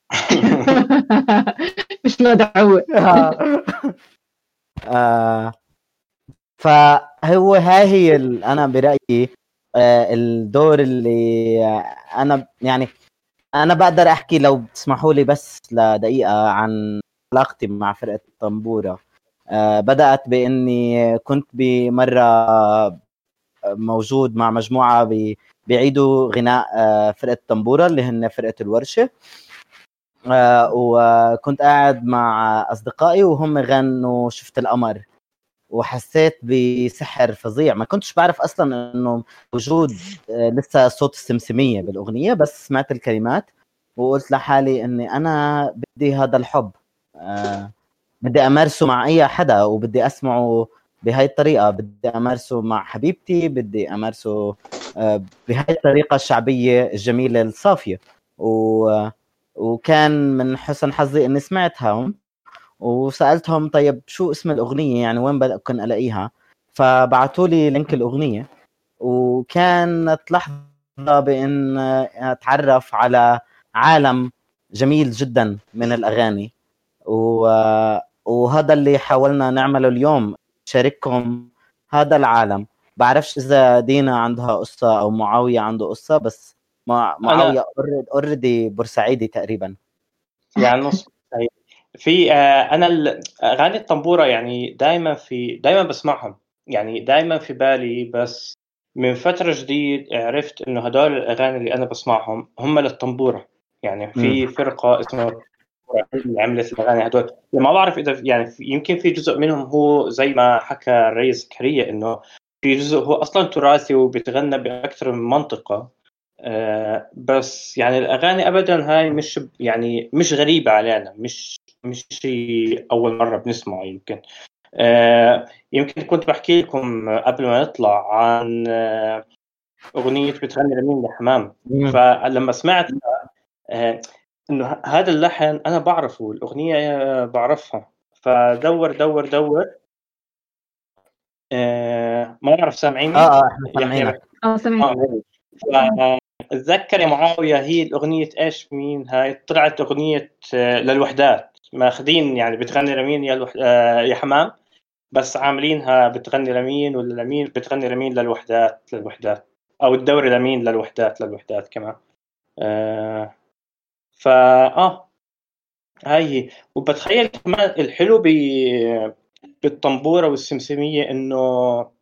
Speaker 4: مش مدعوة.
Speaker 2: آه فهو هاي هي ال- انا برايي آه الدور اللي انا يعني انا بقدر احكي لو بتسمحوا لي بس لدقيقه عن علاقتي مع فرقه طنبوره. آه بدات باني كنت بمره موجود مع مجموعه بي بيعيدوا غناء آه فرقه طنبوره اللي هن فرقه الورشه. آه وكنت قاعد مع اصدقائي وهم غنوا شفت القمر، وحسيت بسحر فظيع. ما كنتش بعرف اصلا انه وجود آه، لسه صوت السمسميه بالاغنيه، بس سمعت الكلمات وقلت لحالي اني انا بدي هذا الحب، آه، بدي امارسه مع اي حدا وبدي اسمعه بهاي الطريقه، بدي امارسه مع حبيبتي، بدي امارسه آه، بهاي الطريقه الشعبيه الجميله الصافيه. و... وكان من حسن حظي اني سمعتها وسالتهم طيب شو اسم الاغنيه، يعني وين ممكن الاقيها؟ فبعثوا لي لينك الاغنيه، وكانت لحظه بان اتعرف على عالم جميل جدا من الاغاني. و... وهذا اللي حاولنا نعمله اليوم، شارككم هذا العالم. بعرفش اذا دينا عندها قصه او معاويه عنده قصه، بس مع... معاويه اوريدي بورسعيدي تقريبا.
Speaker 3: يعني نص هي. في آه، انا ال- اغاني الطنبوره يعني دائما في دائما بسمعهم، يعني دائما في بالي. بس من فتره جديد عرفت انه هدول الاغاني اللي انا بسمعهم هم للطنبوره. يعني في فرقه اسمها الطنبورة اللي عملت الاغاني هدول. ما بعرف اذا يعني في- يمكن في جزء منهم هو زي ما حكى الرئيس زكريا انه في جزء هو اصلا تراثي وبيتغنى باكثر من منطقه. آه، بس يعني الأغاني أبدا هاي مش يعني مش غريبة علينا، مش مش شيء أول مرة بنسمعه. يمكن آه، يمكن كنت بحكي لكم قبل ما نطلع عن آه، أغنية بتغني لمين لحمام. فلما سمعت آه، إنه هذا اللحن أنا بعرفه، الأغنية آه، بعرفها، فدور دور دور آه، ما أعرف سامعيني؟
Speaker 2: اه اه احنا
Speaker 3: يحيى
Speaker 2: سامعينك.
Speaker 4: اه سمعت.
Speaker 3: آه، اتذكر يا معاوية هي الأغنية إيش مين هاي؟ طلعت أغنية آه، للوحدات، ماخذين يعني بتغني لمين يا الوح... آه، يا حمام، بس عاملينها بتغني لمين ولا لمين بتغني لمين للوحدات للوحدات، أو الدوري لمين للوحدات للوحدات كمان. آه فا آه هاي هي. وبتخيل كمان الحلو ب... بالطنبورة والسمسمية إنه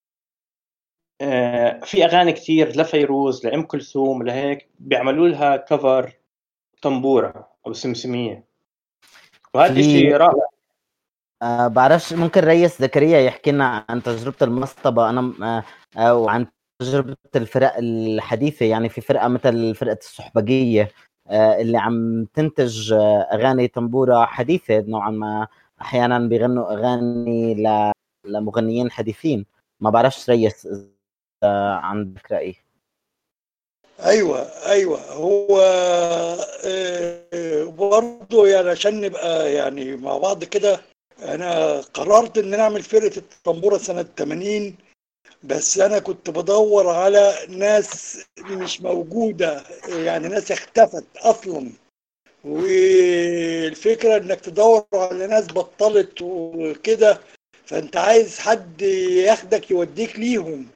Speaker 3: آه، في أغاني كتير لفيروز لأم كلثوم لهيك بيعملوا لها كفر طنبورة أو سمسمية، وهذا
Speaker 2: في
Speaker 3: إشي رائع.
Speaker 2: آه بعرفش، ممكن ريس زكريا يحكي لنا عن تجربة المصطبة أنا آه آه وعن تجربة الفرق الحديثة. يعني في فرقة مثل فرقة الصحبجية آه اللي عم تنتج آه أغاني طنبورة حديثة نوعا ما، أحيانا بيغنوا أغاني ل... لمغنيين حديثين. ما بعرفش ريس آه عندك رأي؟
Speaker 7: ايوه ايوه هو آه، برضه يعني عشان نبقى يعني مع بعض كده، انا قررت ان انا اعمل فرقه الطنبوره سنه ثمانين. بس انا كنت بدور على ناس مش موجوده، يعني ناس اختفت اصلا. والفكره انك تدور على ناس بطلت وكده، فانت عايز حد ياخدك يوديك ليهم.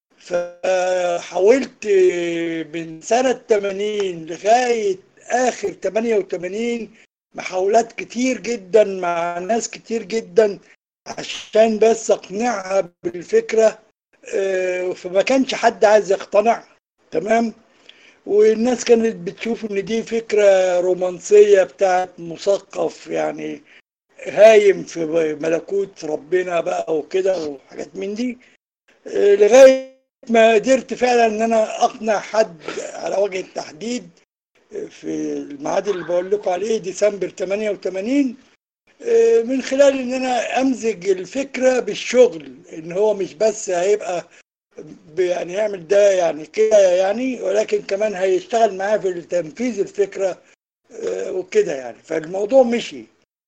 Speaker 7: فحاولت من سنة ثمانين لغاية آخر ثمانية وثمانين محاولات كتير جدا مع ناس كتير جدا عشان بس أقنعها بالفكرة. آه، فما كانش حد عايز يقتنع. تمام. والناس كانت بتشوف ان دي فكرة رومانسية بتاعت مثقف، يعني هايم في ملكوت ربنا بقى وكده وحاجات من دي. آه، لغاية ما قدرت فعلا ان انا اقنع حد على وجه التحديد في الميعاد اللي بقول لكم عليه ديسمبر ثمانية وثمانين، آه، من خلال ان انا امزج الفكرة بالشغل، ان هو مش بس هيبقى يعني يعمل ده يعني كده يعني، ولكن كمان هيشتغل معاه في تنفيذ الفكرة آه، وكده يعني. فالموضوع مشي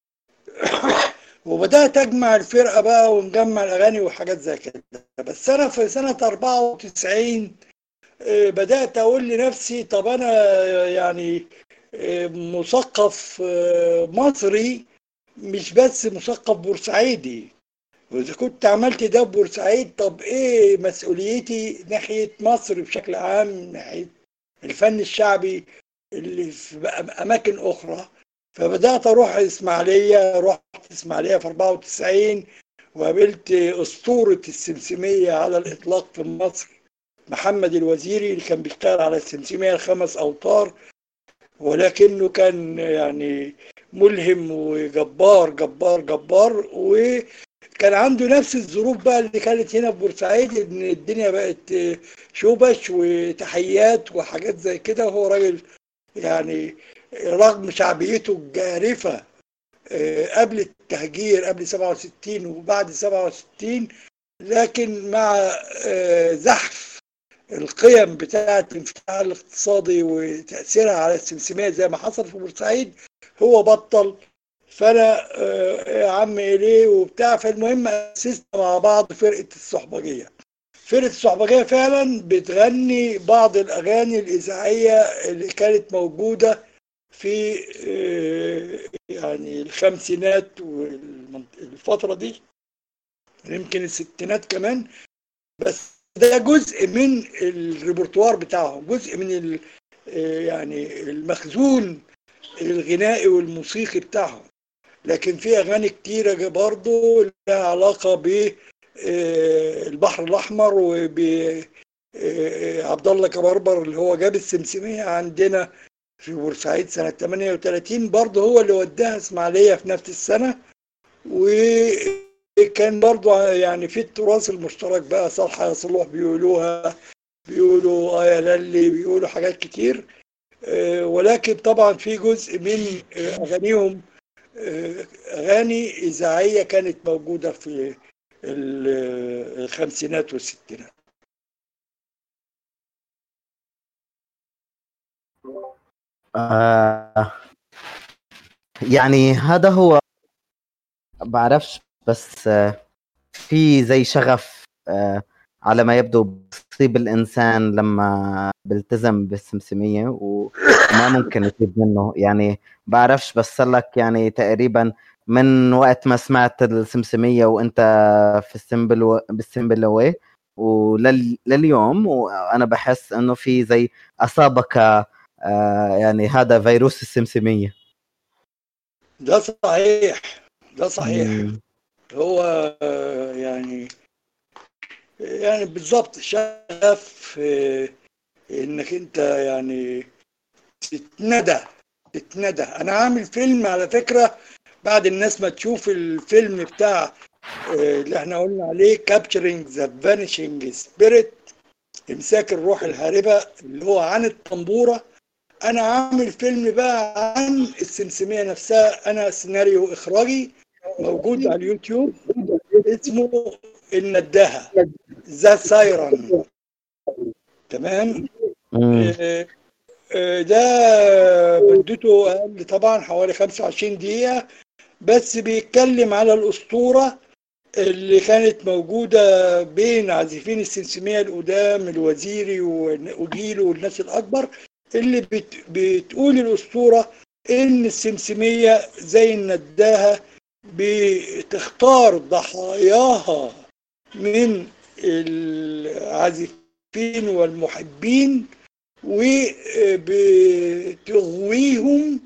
Speaker 7: وبدأت أجمع الفرقة بقى ونجمع الأغاني وحاجات زي كده. بس أنا في سنة أربعة وتسعين آه، بدأت أقول لنفسي طب أنا يعني آه، مثقف آه، مصري، مش بس مثقف بورسعيدي. وإذا كنت عملت ده في بورسعيد، طب إيه مسؤوليتي ناحية مصر بشكل عام، ناحية الفن الشعبي اللي في أماكن أخرى؟ فبدأت أروح إسماعيلية. رحت إسماعيلية في أربعة وتسعين وقابلت أسطورة السمسمية على الإطلاق في مصر، محمد الوزيري، اللي كان بيشتغل على السمسمية الخمس أوتار، ولكنه كان يعني ملهم وجبار جبار جبار. وكان عنده نفس الظروف بقى اللي كانت هنا في بورسعيد، ان الدنيا بقت شوبش وتحيات وحاجات زي كده. وهو راجل يعني رغم شعبيته الجارفة آه، قبل التهجير، قبل سبعة وستين وبعد سبعة وستين، لكن مع آه، زحف القيم بتاعة الانفتاح الاقتصادي وتأثيرها على السمسمية زي ما حصل في بورسعيد، هو بطل. فأنا آه، يا عم إليه وبتاع. فالمهم أسسنا مع بعض فرقة الصحبجية. فرقة الصحبجية فعلا بتغني بعض الأغاني الإذاعية اللي كانت موجودة في آه، يعني الخمسينات والفترة دي، يمكن الستينات كمان. بس ده جزء من الريpertoire بتاعهم، جزء من ال- آه، يعني المخزون الغنائي والموسيقي بتاعهم. لكن في أغاني كتيرة برضو لها علاقة بالبحر الأحمر وب آه، عبد الله كبربر اللي هو جاب السمسمية عندنا في بورسعيد سنة ثمانية وثلاثين، برضه هو اللي وداها اسماعيلية في نفس السنة. وكان برضه يعني في التراث المشترك بقى، صالحة يا صلوح بيقولوها، بيقولوا اه يا للي، بيقولوا حاجات كتير. آه، ولكن طبعا في جزء من آه، أغانيهم آه، أغاني إذاعية كانت موجودة في ال- الخمسينات والستينات.
Speaker 2: آه يعني هذا هو، بعرفش، بس آه في زي شغف آه على ما يبدو بصيب الإنسان لما بيلتزم بالسمسمية، و- وما ممكن يفيد منه. يعني بعرفش، بس صار لك يعني تقريبا من وقت ما سمعت السمسمية وانت في السنبل بالسنبلاوي ولليوم، وأنا بحس إنه في زي أصابك آه يعني هذا فيروس السمسمية.
Speaker 7: ده صحيح، ده صحيح.
Speaker 2: مم.
Speaker 7: هو آه، يعني يعني بالظبط شغف آه، انك انت يعني تتندى تتندى. انا عامل فيلم على فكرة، بعد الناس ما تشوف الفيلم بتاع آه، اللي احنا قلنا عليه Capturing the Vanishing Spirit، امساك الروح الهاربة، اللي هو عن الطنبورة. انا عامل فيلم بقى عن السمسمية نفسها، انا سيناريو اخراجي موجود على اليوتيوب، اسمه النداهة، ذا سايرن. تمام.
Speaker 2: مم.
Speaker 7: آه، آه، ده مدته أقل طبعا، حوالي خمسة وعشرين دقيقة، بس بيتكلم على الأسطورة اللي كانت موجودة بين عازفين السمسمية القدام، الوزيري وجيله والناس الأكبر، اللي بت بتقول الأسطورة إن السمسمية زي النداهة بتختار ضحاياها من العازفين والمحبين وبتغويهم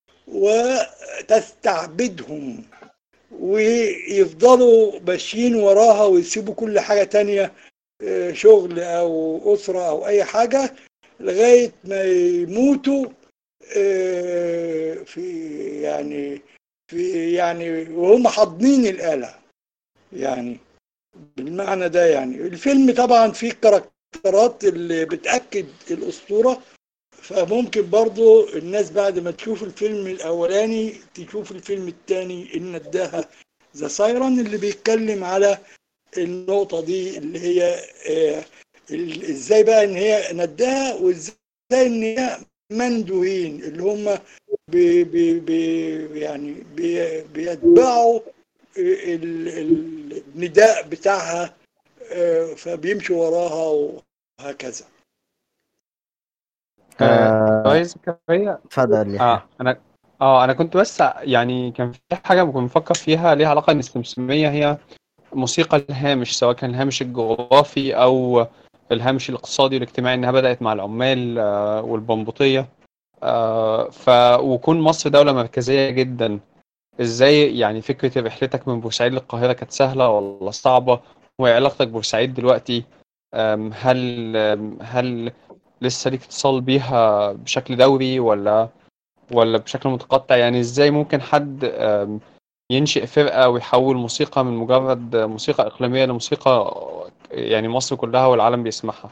Speaker 7: وتستعبدهم، ويفضلوا ماشيين وراها ويسيبوا كل حاجة تانية، آه، شغل أو أسرة أو أي حاجة، لغاية ما يموتوا آه، في يعني في يعني وهم حاضنين الآلة يعني، بالمعنى ده. يعني الفيلم طبعا فيه الكاركترات اللي بتأكد الأسطورة. فممكن برضو الناس بعد ما تشوف الفيلم الأولاني تشوف الفيلم الثاني النداهة ذا سايرن، اللي بيتكلم على النقطة دي، اللي هي ال- ازاي بقى ان هي نداها، وازاي ان هي مندوهين اللي هم بي بي بي يعني بي بيتبعوا ال- ال- النداء بتاعها، آه، فبيمشوا وراها وهكذا.
Speaker 5: آه،
Speaker 2: آه،
Speaker 5: رئيس زكريا.
Speaker 2: تفضل يحيى.
Speaker 5: اه انا اه انا كنت بس يعني كان في حاجه كنت بفكر فيها ليها علاقه ان السمسميه هي موسيقى الهامش، سواء كان الهامش الجغرافي او الهامش الاقتصادي والاجتماعي، انها بدات مع العمال آه، والبنبوطيه. آه، ف وكون مصر دوله مركزيه جدا، ازاي يعني فكره رحلتك من بورسعيد للقاهره كانت سهله ولا صعبه؟ وعلاقتك بورسعيد دلوقتي، آم، هل آم، هل لسه ليك اتصال بيها بشكل دوري ولا ولا بشكل متقطع؟ يعني ازاي ممكن حد آم، ينشئ فرقة ويحول موسيقى من مجرد موسيقى إقليمية لموسيقى يعني مصر كلها والعالم بيسمعها؟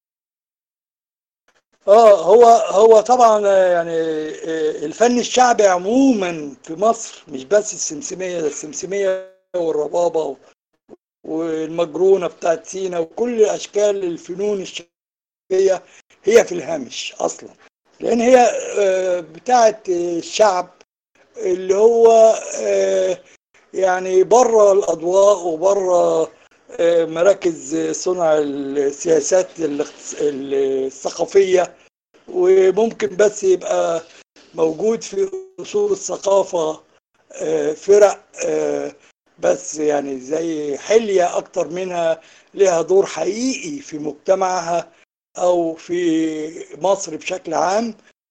Speaker 7: اه هو هو طبعا آه، يعني آه، الفن الشعبي عموما في مصر، مش بس السمسمية، ده السمسمية والربابة والمجرونة بتاعت سينا وكل أشكال الفنون الشعبية هي في الهامش أصلا، لأن هي آه، بتاعت الشعب اللي هو آه، يعني بره الأضواء وبره آه، مراكز صنع السياسات الاقتص- الثقافية، وممكن بس يبقى موجود في أصول الثقافة آه، فرق آه، بس يعني زي حلية أكتر منها لها دور حقيقي في مجتمعها أو في مصر بشكل عام،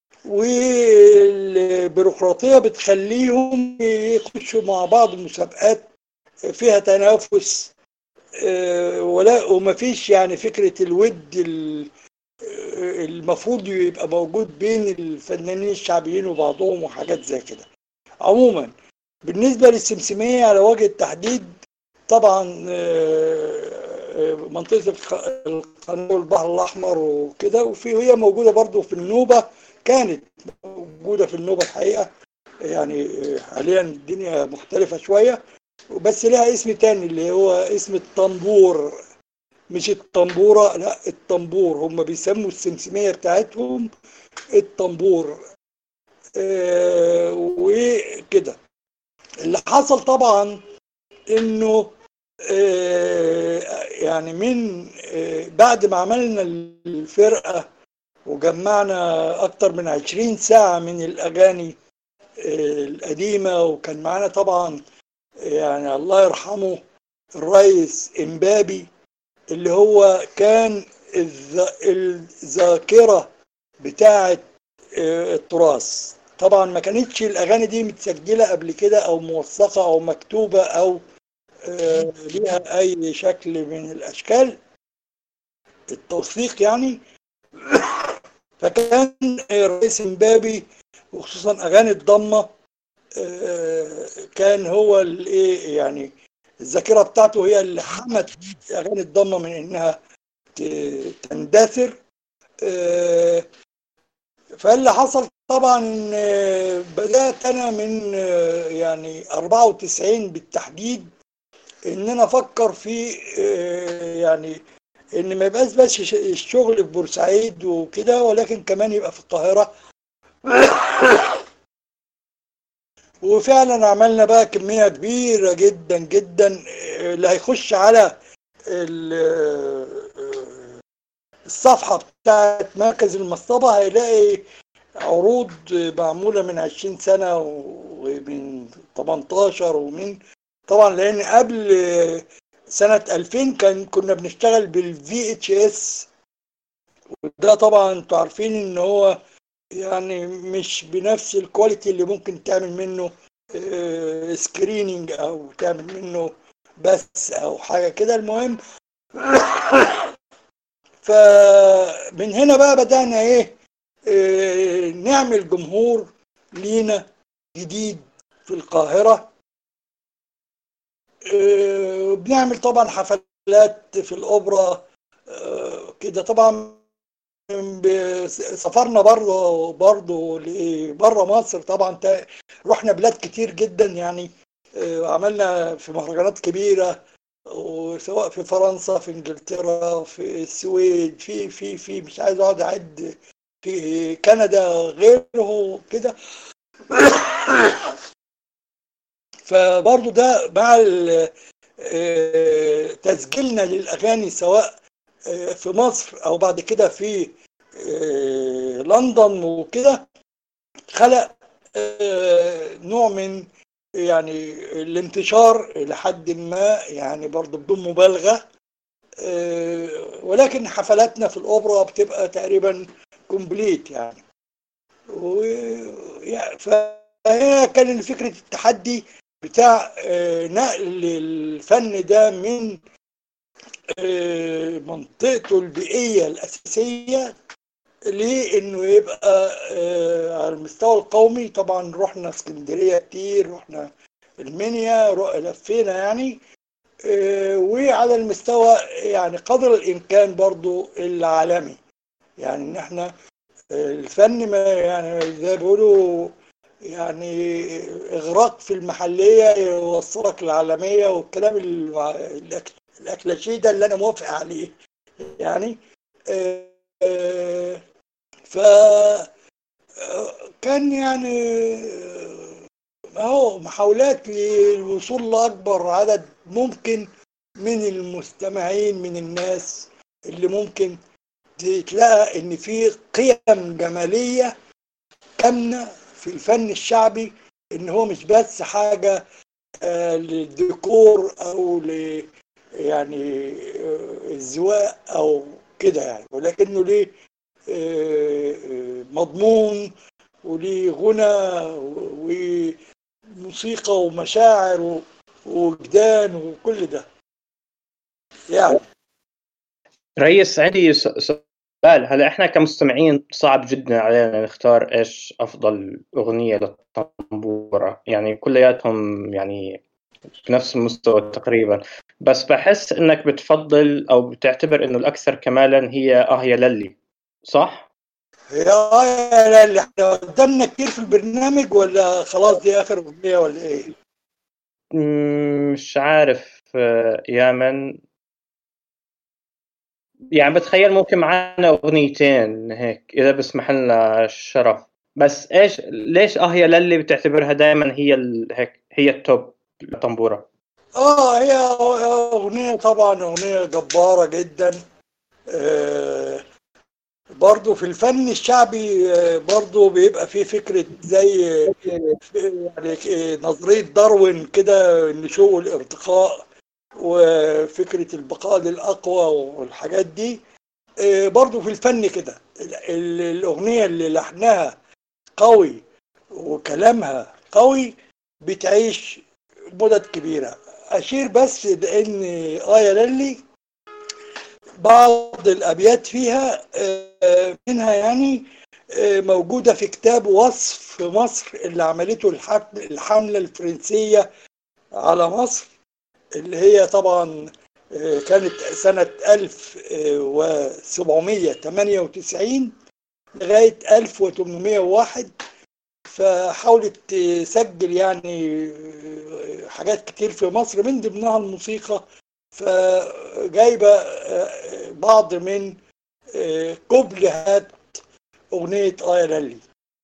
Speaker 7: والبيروقراطية بتخليهم يخشوا مع بعض مسابقات فيها تنافس، آه، ولا ومفيش يعني فكرة الود ال- آه، المفروض يبقى موجود بين الفنانين الشعبيين وبعضهم وحاجات زي كده. عموما بالنسبة للسمسمية على وجه التحديد، طبعا آه، آه، منطقة الخ- القناة والبحر الأحمر وكده، وفي هي موجودة برضو في النوبة، كانت موجودة في النوبة الحقيقة، يعني آه، حاليا الدنيا مختلفة شوية، بس لها اسم تاني اللي هو اسم الطنبور، مش الطنبورة، لا الطنبور، هم بيسموا السمسمية بتاعتهم الطنبور. آه، وكده اللي حصل طبعا انه آه، يعني من آه، بعد ما عملنا الفرقة وجمعنا اكتر من عشرين ساعة من الاغاني آه، القديمة، وكان معانا طبعا يعني الله يرحمه الرئيس إمبابي اللي هو كان الذ- الذاكرة بتاعة آه، التراث. طبعا ما كانتش الأغاني دي متسجلة قبل كده أو موثقة أو مكتوبة أو آه، ليها أي شكل من الأشكال التوثيق يعني. فكان الرئيس إمبابي وخصوصا أغاني الضمة آه، كان هو الايه يعني الذاكره بتاعته هي اللي حمت اغاني الضمه من انها ت- تندثر. آه، فاللي حصل طبعا ان آه، بدات انا من آه، يعني أربعة وتسعين بالتحديد ان انا افكر في آه، يعني ان ما يبقاش بس ش- الشغل في بورسعيد وكده، ولكن كمان يبقى في القاهره. وفعلا عملنا بقى كمية كبيرة جدا جدا، آه، اللي هيخش على ال- آه، الصفحة بتاعت مركز المصطبة هيلاقي عروض معمولة من عشرين سنة ومن تمنتاشر ومن طبعا، لأن قبل آه، سنة ألفين كان كنا بنشتغل بالفي اتش اس، وده طبعا انتوا عارفين ان هو يعني مش بنفس الكواليتي اللي ممكن تعمل منه سكريننج او تعمل منه بس او حاجه كده. المهم فمن هنا بقى بدأنا ايه آه، نعمل جمهور لينا جديد في القاهرة. آه، بنعمل طبعا حفلات في الأوبرا آه، كده طبعا. ب- سافرنا برضه برضه بره مصر طبعا، تا- رحنا بلاد كتير جدا يعني. آه، عملنا في مهرجانات كبيرة وسواء في فرنسا، في انجلترا، في السويد، في في في مش عايز اقعد اعد، في كندا غيره كده. فبرضو ده مع تسجيلنا للاغاني سواء في مصر او بعد كده في لندن وكده، خلق نوع من يعني الانتشار لحد ما، يعني برضو بدون مبالغة. ولكن حفلاتنا في الأوبرا بتبقى تقريبا كومبليت يعني. فهي كان فكرة التحدي بتاع نقل الفن ده من منطقته البيئية الأساسية لأنه يبقى على المستوى القومي. طبعا رحنا اسكندرية كتير، رحنا المنيا، لفينا يعني. وعلى المستوى يعني قدر الإمكان برضو العالمي، يعني إن احنا الفن ما يعني زي ما بيقولوا يعني إغراق في المحلية يوصلك العالمية، والكلام الأكلاشيه ده اللي أنا موافق عليه يعني. فكان يعني اهو محاولات للوصول لأكبر عدد ممكن من المستمعين، من الناس اللي ممكن تلاقي ان في قيم جمالية كامنة في الفن الشعبي، ان هو مش بس حاجة للديكور او ل يعني الزواق او كده يعني، ولكنه ليه مضمون وليه غنى وموسيقى ومشاعر ووجدان وكل ده يعني.
Speaker 3: ريس، عندي سؤال. هلا احنا كمستمعين صعب جدا علينا نختار ايش افضل اغنية للطنبورة، يعني كلياتهم يعني بنفس المستوى تقريبا، بس بحس انك بتفضل او بتعتبر انه الاكثر كمالا هي اه يا للي، صح؟
Speaker 7: هي اه يا للي احنا قدامنا كتير في البرنامج، ولا خلاص دي اخر اغنية ولا ايه؟
Speaker 3: مش عارف يا من، يعني بتخيل ممكن معانا اغنيتين هيك اذا بسمح لنا الشرف. بس ايش ليش اه يا للي بتعتبرها دائما هي ال... هيك هي التوب الطنبورة؟
Speaker 7: اه هي اغنية طبعا اغنية جبارة جدا. آه برضو في الفن الشعبي آه برضو بيبقى فيه فكرة زي يعني نظرية داروين كده، النشوء والارتقاء وفكرة البقاء للأقوى والحاجات دي. آه برضو في الفن كده الأغنية اللي لحنها قوي وكلامها قوي بتعيش مدد كبيرة. أشير بس بأن آية للي بعض الأبيات فيها منها يعني موجودة في كتاب وصف مصر اللي عملته الحملة الفرنسية على مصر، اللي هي طبعا كانت سنة ألف وسبعمية وثمانية وتسعين لغاية ألف وثمانمية وواحد. فحاولت تسجل يعني حاجات كتير في مصر من ضمنها الموسيقى، فجايبة بعض من قبلات أغنية آية للي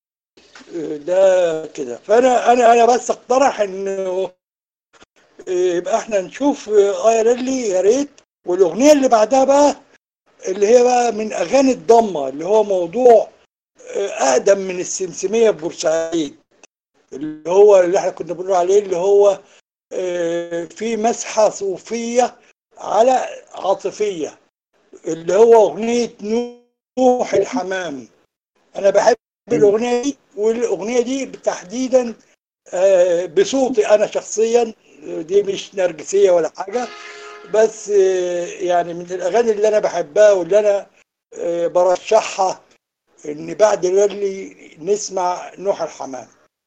Speaker 7: ده كده. فأنا أنا أنا بس اقترح إنه يبقى إحنا نشوف آية للي يا ريت، والأغنية اللي بعدها بقى اللي هي بقى من أغاني الضمة، اللي هو موضوع أقدم من السمسمية ببورسعيد، اللي هو اللي احنا كنا بنقول عليه اللي هو في مسحة صوفية على عاطفية، اللي هو أغنية نوح الحمام. أنا بحب الأغنية دي، والأغنية دي تحديدا بصوتي أنا شخصيا، دي مش نرجسية ولا حاجة، بس يعني من الأغاني اللي أنا بحبها واللي أنا برشحها إن بعد للي نسمع نوح الحمام.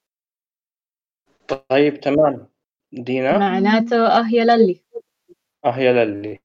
Speaker 3: طيب تمام دينا،
Speaker 4: معناته اه يا للي.
Speaker 3: اه يا للي.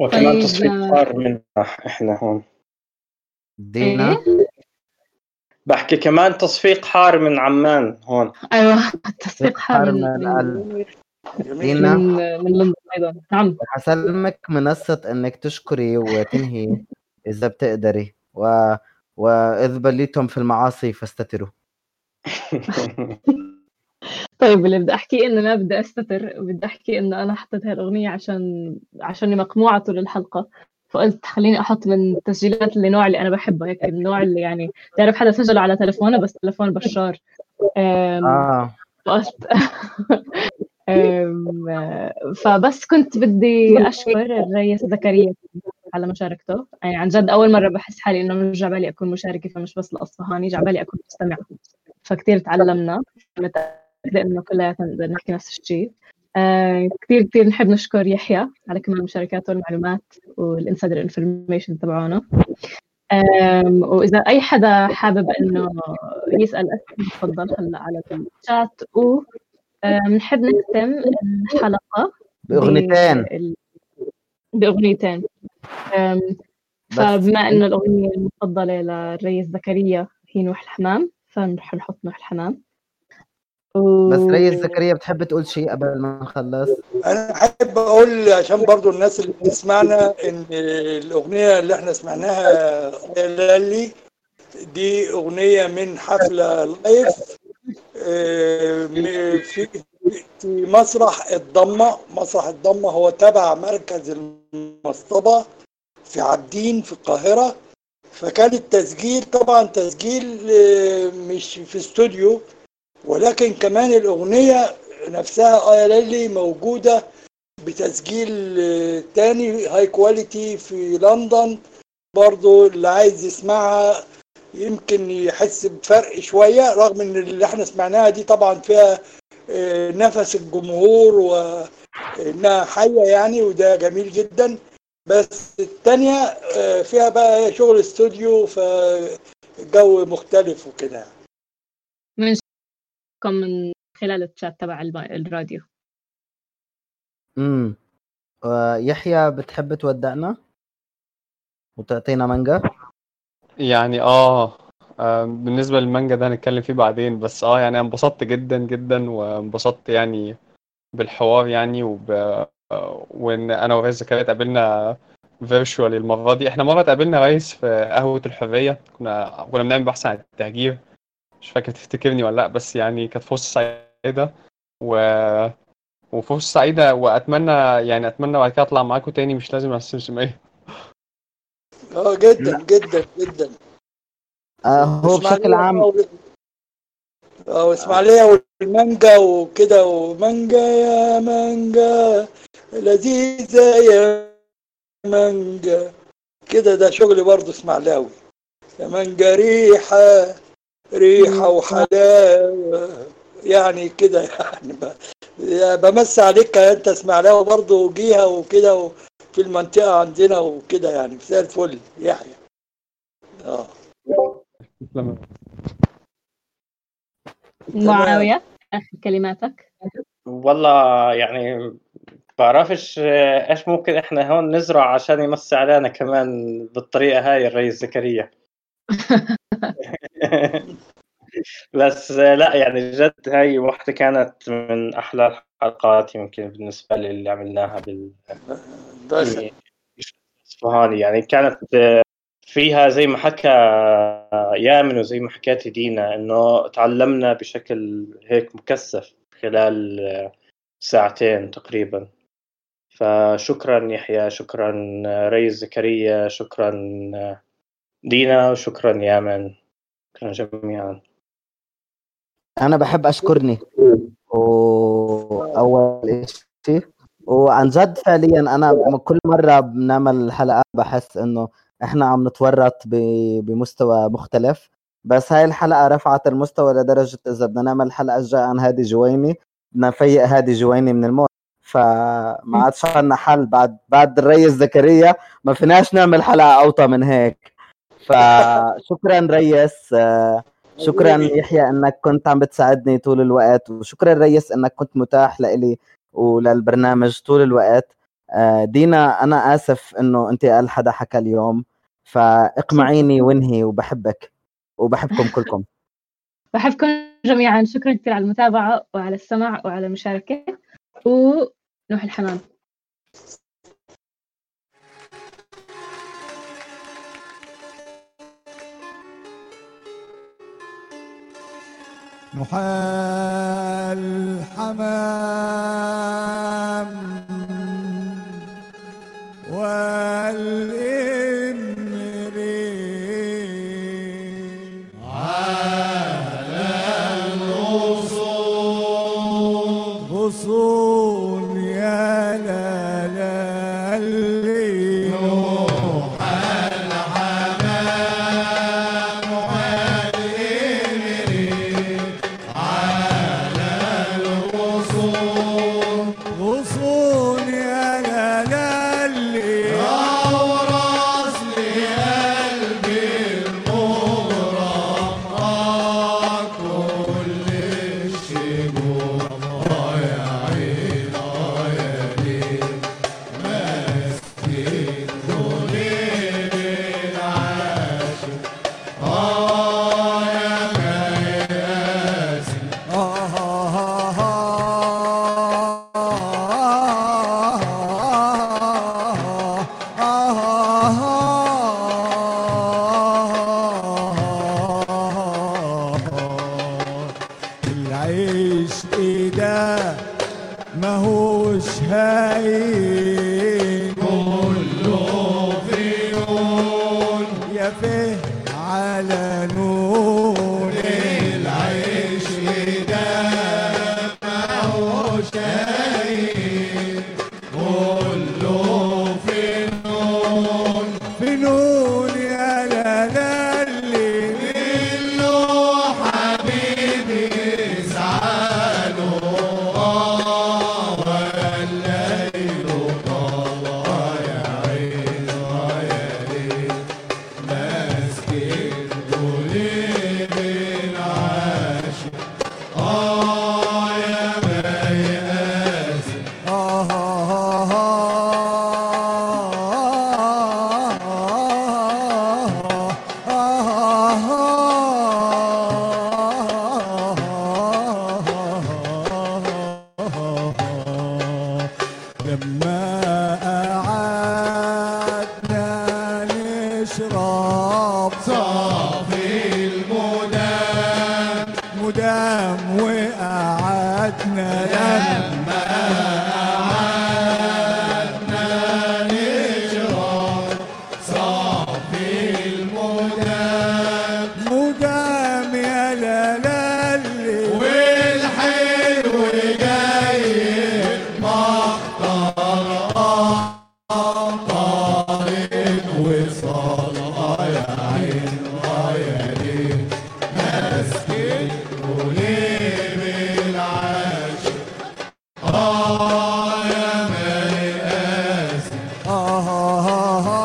Speaker 3: وكمان
Speaker 4: طيب،
Speaker 3: تصفيق
Speaker 4: آه،
Speaker 3: حار منا احنا هون.
Speaker 2: دينا
Speaker 4: ايه
Speaker 3: بحكي كمان تصفيق حار من عمان هون.
Speaker 4: ايوه التصفيق حار
Speaker 2: حار
Speaker 4: من
Speaker 2: من
Speaker 4: من
Speaker 2: القلب.
Speaker 7: جميل.
Speaker 2: دينا
Speaker 4: من من لندن ايضا. نعم.
Speaker 2: حسلمك منصة انك تشكري وتنهي اذا بتقدري، و... واذ بليتم في المعاصي فاستتروا.
Speaker 4: طيب اللي بدي احكي انه ما بدي استتر، بدي احكي انه انا حطيت هاي الاغنيه عشان عشان مقموعه طول الحلقه، فقلت خليني احط من التسجيلات اللي نوع اللي انا بحبه، هيك النوع اللي يعني تعرف حدا سجله على تلفونه بس تلفون بشار. أم،
Speaker 2: اه
Speaker 4: فقلت أم، فبس كنت بدي اشكر الرئيس زكريا على مشاركته. يعني عن جد اول مره بحس حالي انه مش جعبالي اكون مشاركه، فمش بس الاصفهاني، جعبالي اكون مستمعه، فكتير تعلمنا. متأكدة إنه كلياتنا نقدر نحكي نفس الشيء. آه كتير كتير نحب نشكر يحيى على كمان مشاركاته المعلومات والإنسايدر انفورميشن تبعونه. آم، وإذا أي حدا حابب إنه يسأل أسئلة تفضل هلا على الشات، ونحب نختم الحلقة
Speaker 2: باغنيتين.
Speaker 4: بال- بأغنيتين. آم،
Speaker 2: بس
Speaker 4: فبما إنه الأغنية المفضلة للرئيس زكريا هي نوح الحمام، فنروح نحط نوح الحمام.
Speaker 2: بس
Speaker 4: و...
Speaker 2: ريس زكريا بتحب تقول شيء قبل ما نخلص؟
Speaker 7: انا احب اقول عشان برضو الناس اللي بتسمعنا ان الاغنيه اللي احنا سمعناها لالي دي اغنيه من حفله لايف آه، م- في في مسرح الضمه. مسرح الضمه هو تبع مركز المصطبه في عابدين في القاهره. فكان التسجيل طبعا تسجيل آه، مش في استوديو، ولكن كمان الأغنية نفسها آيا ليلي موجودة بتسجيل آه، تاني هاي كواليتي في لندن. برضو اللي عايز يسمعها يمكن يحس بفرق شوية، رغم ان اللي احنا سمعناها دي طبعا فيها آه، نفس الجمهور وانها حية يعني، وده جميل جدا. بس التانية آه، فيها بقى شغل استوديو، فالجو مختلف وكده.
Speaker 4: منكم من خلال الشات تبع الب- الراديو.
Speaker 2: امم آه، يحيى بتحب تودعنا وتعطينا مانجا؟
Speaker 5: يعني اه آه، بالنسبة للمانجا ده هنتكلم فيه بعدين، بس اه يعني انا انبسطت جدا جدا، وانبسطت يعني بالحوار يعني، وب... آه، وان انا ورئيس زكريا اتقابلنا فيرتشوالي. المرة دي احنا مرة اتقابلنا رئيس في قهوة الحرية، كنا كنا بنعمل بحث عن التهجير، مش فاكر تفتكرني ولا لا، بس يعني كانت فرصة سعيدة، و... وفرصة سعيدة، واتمنى يعني اتمنى بعد كده اطلع معاكم تاني، مش لازم على السمسمية.
Speaker 7: اه جدا
Speaker 2: لا
Speaker 7: جدا جدا.
Speaker 2: آه، هو بشكل
Speaker 7: اسماعيلية
Speaker 2: عام
Speaker 7: بقى اه اسماعيلية والمانجا وكده، ومانجا يا مانجا لذيذة يا مانجا كده، ده شغل برضه اسماعيلاوي. يا مانجا ريحة ريحة وحلاوة يعني كده يعني ب- يا بمسي عليك انت اسماعيلاوي برضه وجيها وكده، وفي المنطقة عندنا وكده يعني زي الفل يحيى. اه تمام.
Speaker 4: معاوية، آخر كلماتك.
Speaker 3: والله يعني بعرفش آه، ايش ممكن احنا هون نزرع عشان يمسي علينا كمان بالطريقة هاي الرئيس زكريا. بس آه، لا يعني جد هاي واحدة كانت من أحلى الحلقات يمكن بالنسبة لي اللي عملناها بال
Speaker 7: ده يخليك.
Speaker 3: إصفهاني. يعني كانت آه، فيها زي ما حكى يامن وزي ما حكيت دينا إنه تعلمنا بشكل هيك مكثف خلال آه، ساعتين تقريبا. فشكرا يحيى، شكرا آه، ريس زكريا، شكرا آه، دينا، وشكرا يامن، شكرا جميعا.
Speaker 2: انا بحب اشكرني واول شيء، وعن جد فعليا انا م- كل مره بنعمل حلقات بحس انه احنا عم نتورط ب- بمستوى مختلف، بس هاي الحلقه رفعت المستوى لدرجه اذا بدنا نعمل الحلقه الجايه عن هادي جويني بدنا نفيق هادي جويني من الموت، فما عادش عندنا حل بعد بعد الريس زكريا، ما فيناش نعمل حلقه اوطى من هيك. فشكرا ريس، آه، شكرا
Speaker 7: حبيبي
Speaker 2: يحيى انك كنت عم بتساعدني طول الوقت، وشكرا ريس انك كنت متاح لإلي وللبرنامج طول الوقت. آه، دينا أنا آسف إنه أنت أقل حدا حكى اليوم، فاقمعيني وانهي، وبحبك وبحبكم كلكم.
Speaker 4: بحبكم جميعا. شكرا كثير على المتابعة وعلى السمع وعلى المشاركة، ونروح الحمام.
Speaker 6: نحال حمام والإمري على الغصون غصون يا لالي نحال حمام والإمري على الغصون غصون يا لالي أورث لقلبي المغرم كل الشجون يا عين يا ليل مسكين ظليل العاشق آه يا مياسي آه العيش إيده ما هوش هاين كله في نون يا فيه على نون العيش إيده ما هوش هاين كله في نون في نون يا لالي منه حبيبي زعلوا آه والليل طال يا عين يا ليل مسكين ظليل العاشق آه يا مياسي آه لما قعدنا نشرب صافي المدام مدام وقعدنا لما قعدنا نشرب صافي المدام مدام يا لالي والحلو جاي مختار طارق وصال يا عين يا ليل مسكين وليل العاشق آه يا مياسي آه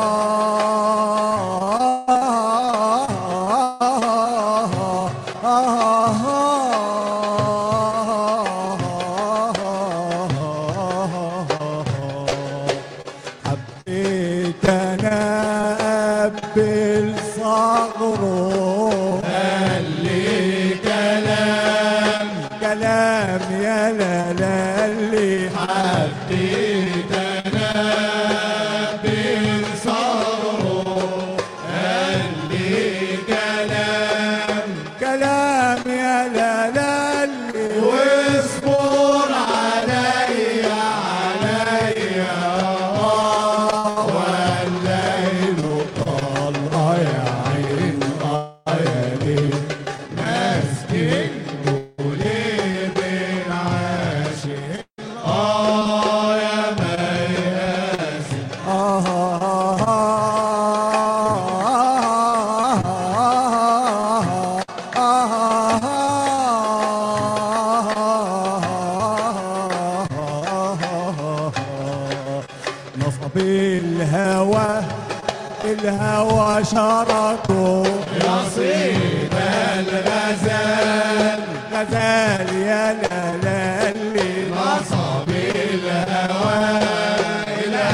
Speaker 6: حبيت انا اقبل صغره قال لي كلام كلام يا لالي حبيت انا اقبل صغره قال لي كلام كلام يا لالي واصبر عليا عليا والليل طال يا عين يا ليل مسكين وليل العاشق آه يا مياسي نصب الهوى الهوى شركه يصيب الغزال غزال يا لالي نصب الهوى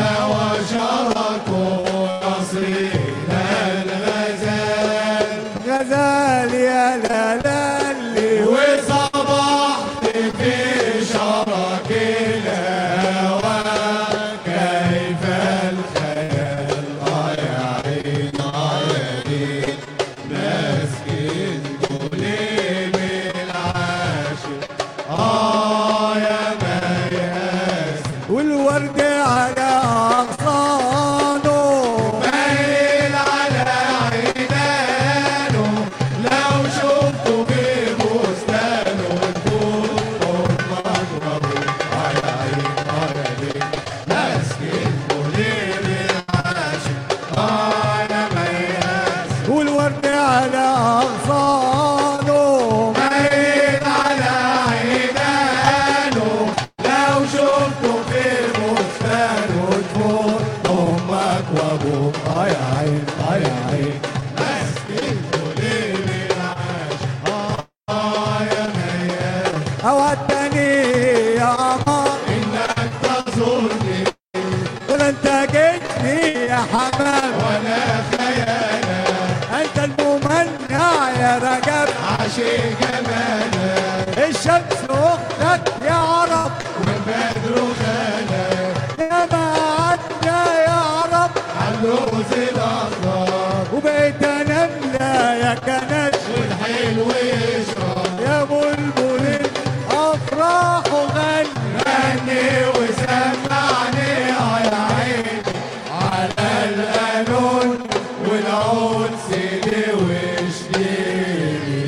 Speaker 6: يا لا لا اللي وصبحت في شرك الهوى كيف الخيال آه يا عين آه يا ليل مسكين قليل العاشق آه يا مياس والورد على أغصانه مايل على عيدانه لو شفته في بستانه تقول أمك وأبوك آه يا عين آه يا ليل مسكين قليل العاشق آه يا مياس والورد على أغصانه مايل على عيدانه لو شفته في بستانه تقول أمك وأبوك آه يا عين آه يا عين مسكين قليل العاشق آه يا مياس أودني يا قمر إنك تزورني ولا أنت جيتني يا حمام ولا خيالك أنت الممنع يا رجب عشق جمالك الشمس أختك يا عرب والبدر خالك يا ما عدنا يا عرب عاللغز الأخضر وبقيت أنملة يا كنش والحلو يشرب يا بلبل الأفراح وغني غني وسمعني آه يا عيني على القانون والعود سيدي وشديدي.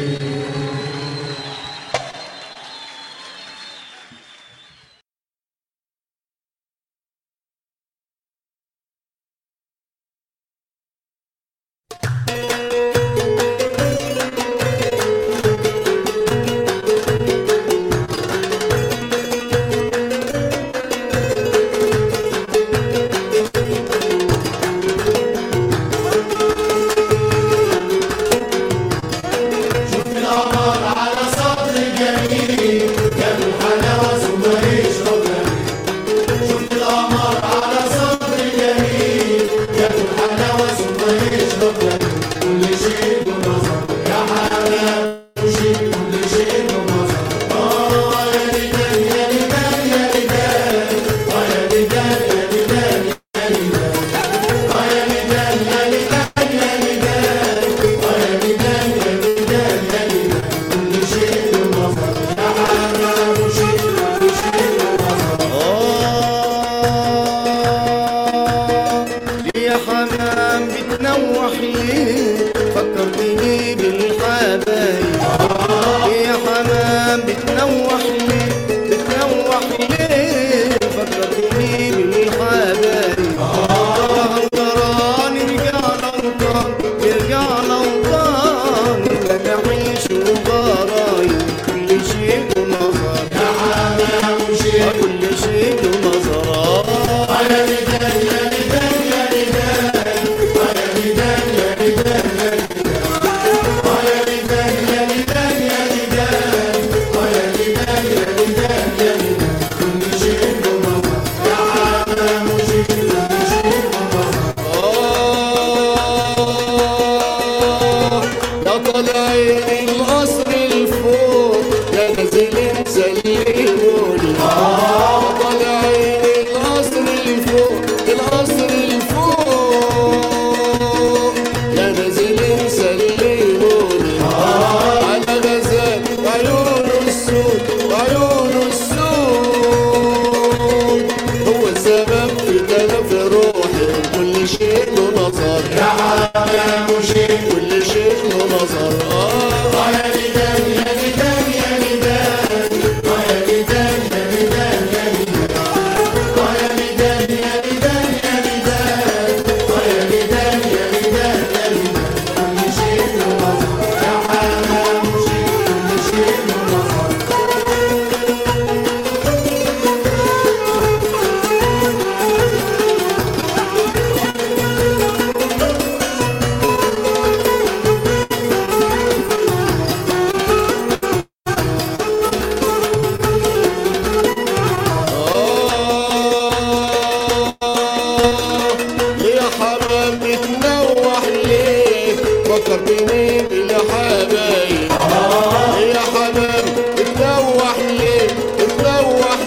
Speaker 6: فكرتني بالحبايب يا حبايب تلوح ليه تلوح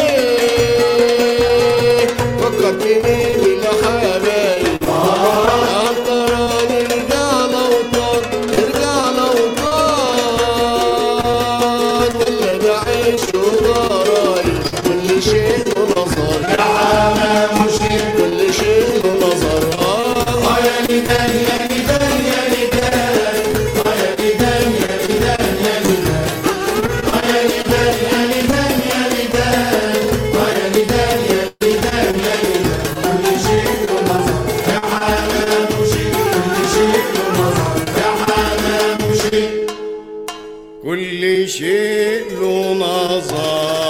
Speaker 6: ليه فكرتني بالحبايب ترى نرجع لوطن نرجع لوطن ولا نعيش وضرايب كل شيء له نظر يا حمام مشير كل شيء له نظر اه يا ليدان يا ليدان يا ليدان اه يا ليدان يا ليدان يا ليدان اه يا ليدان يا ليدان يا ليدان اه يا ليدان يا ليدان يا ليدان كل شيء له نظر يا حمام مشير كل شيء له نظر يا حمام مشير كل شيء له نظر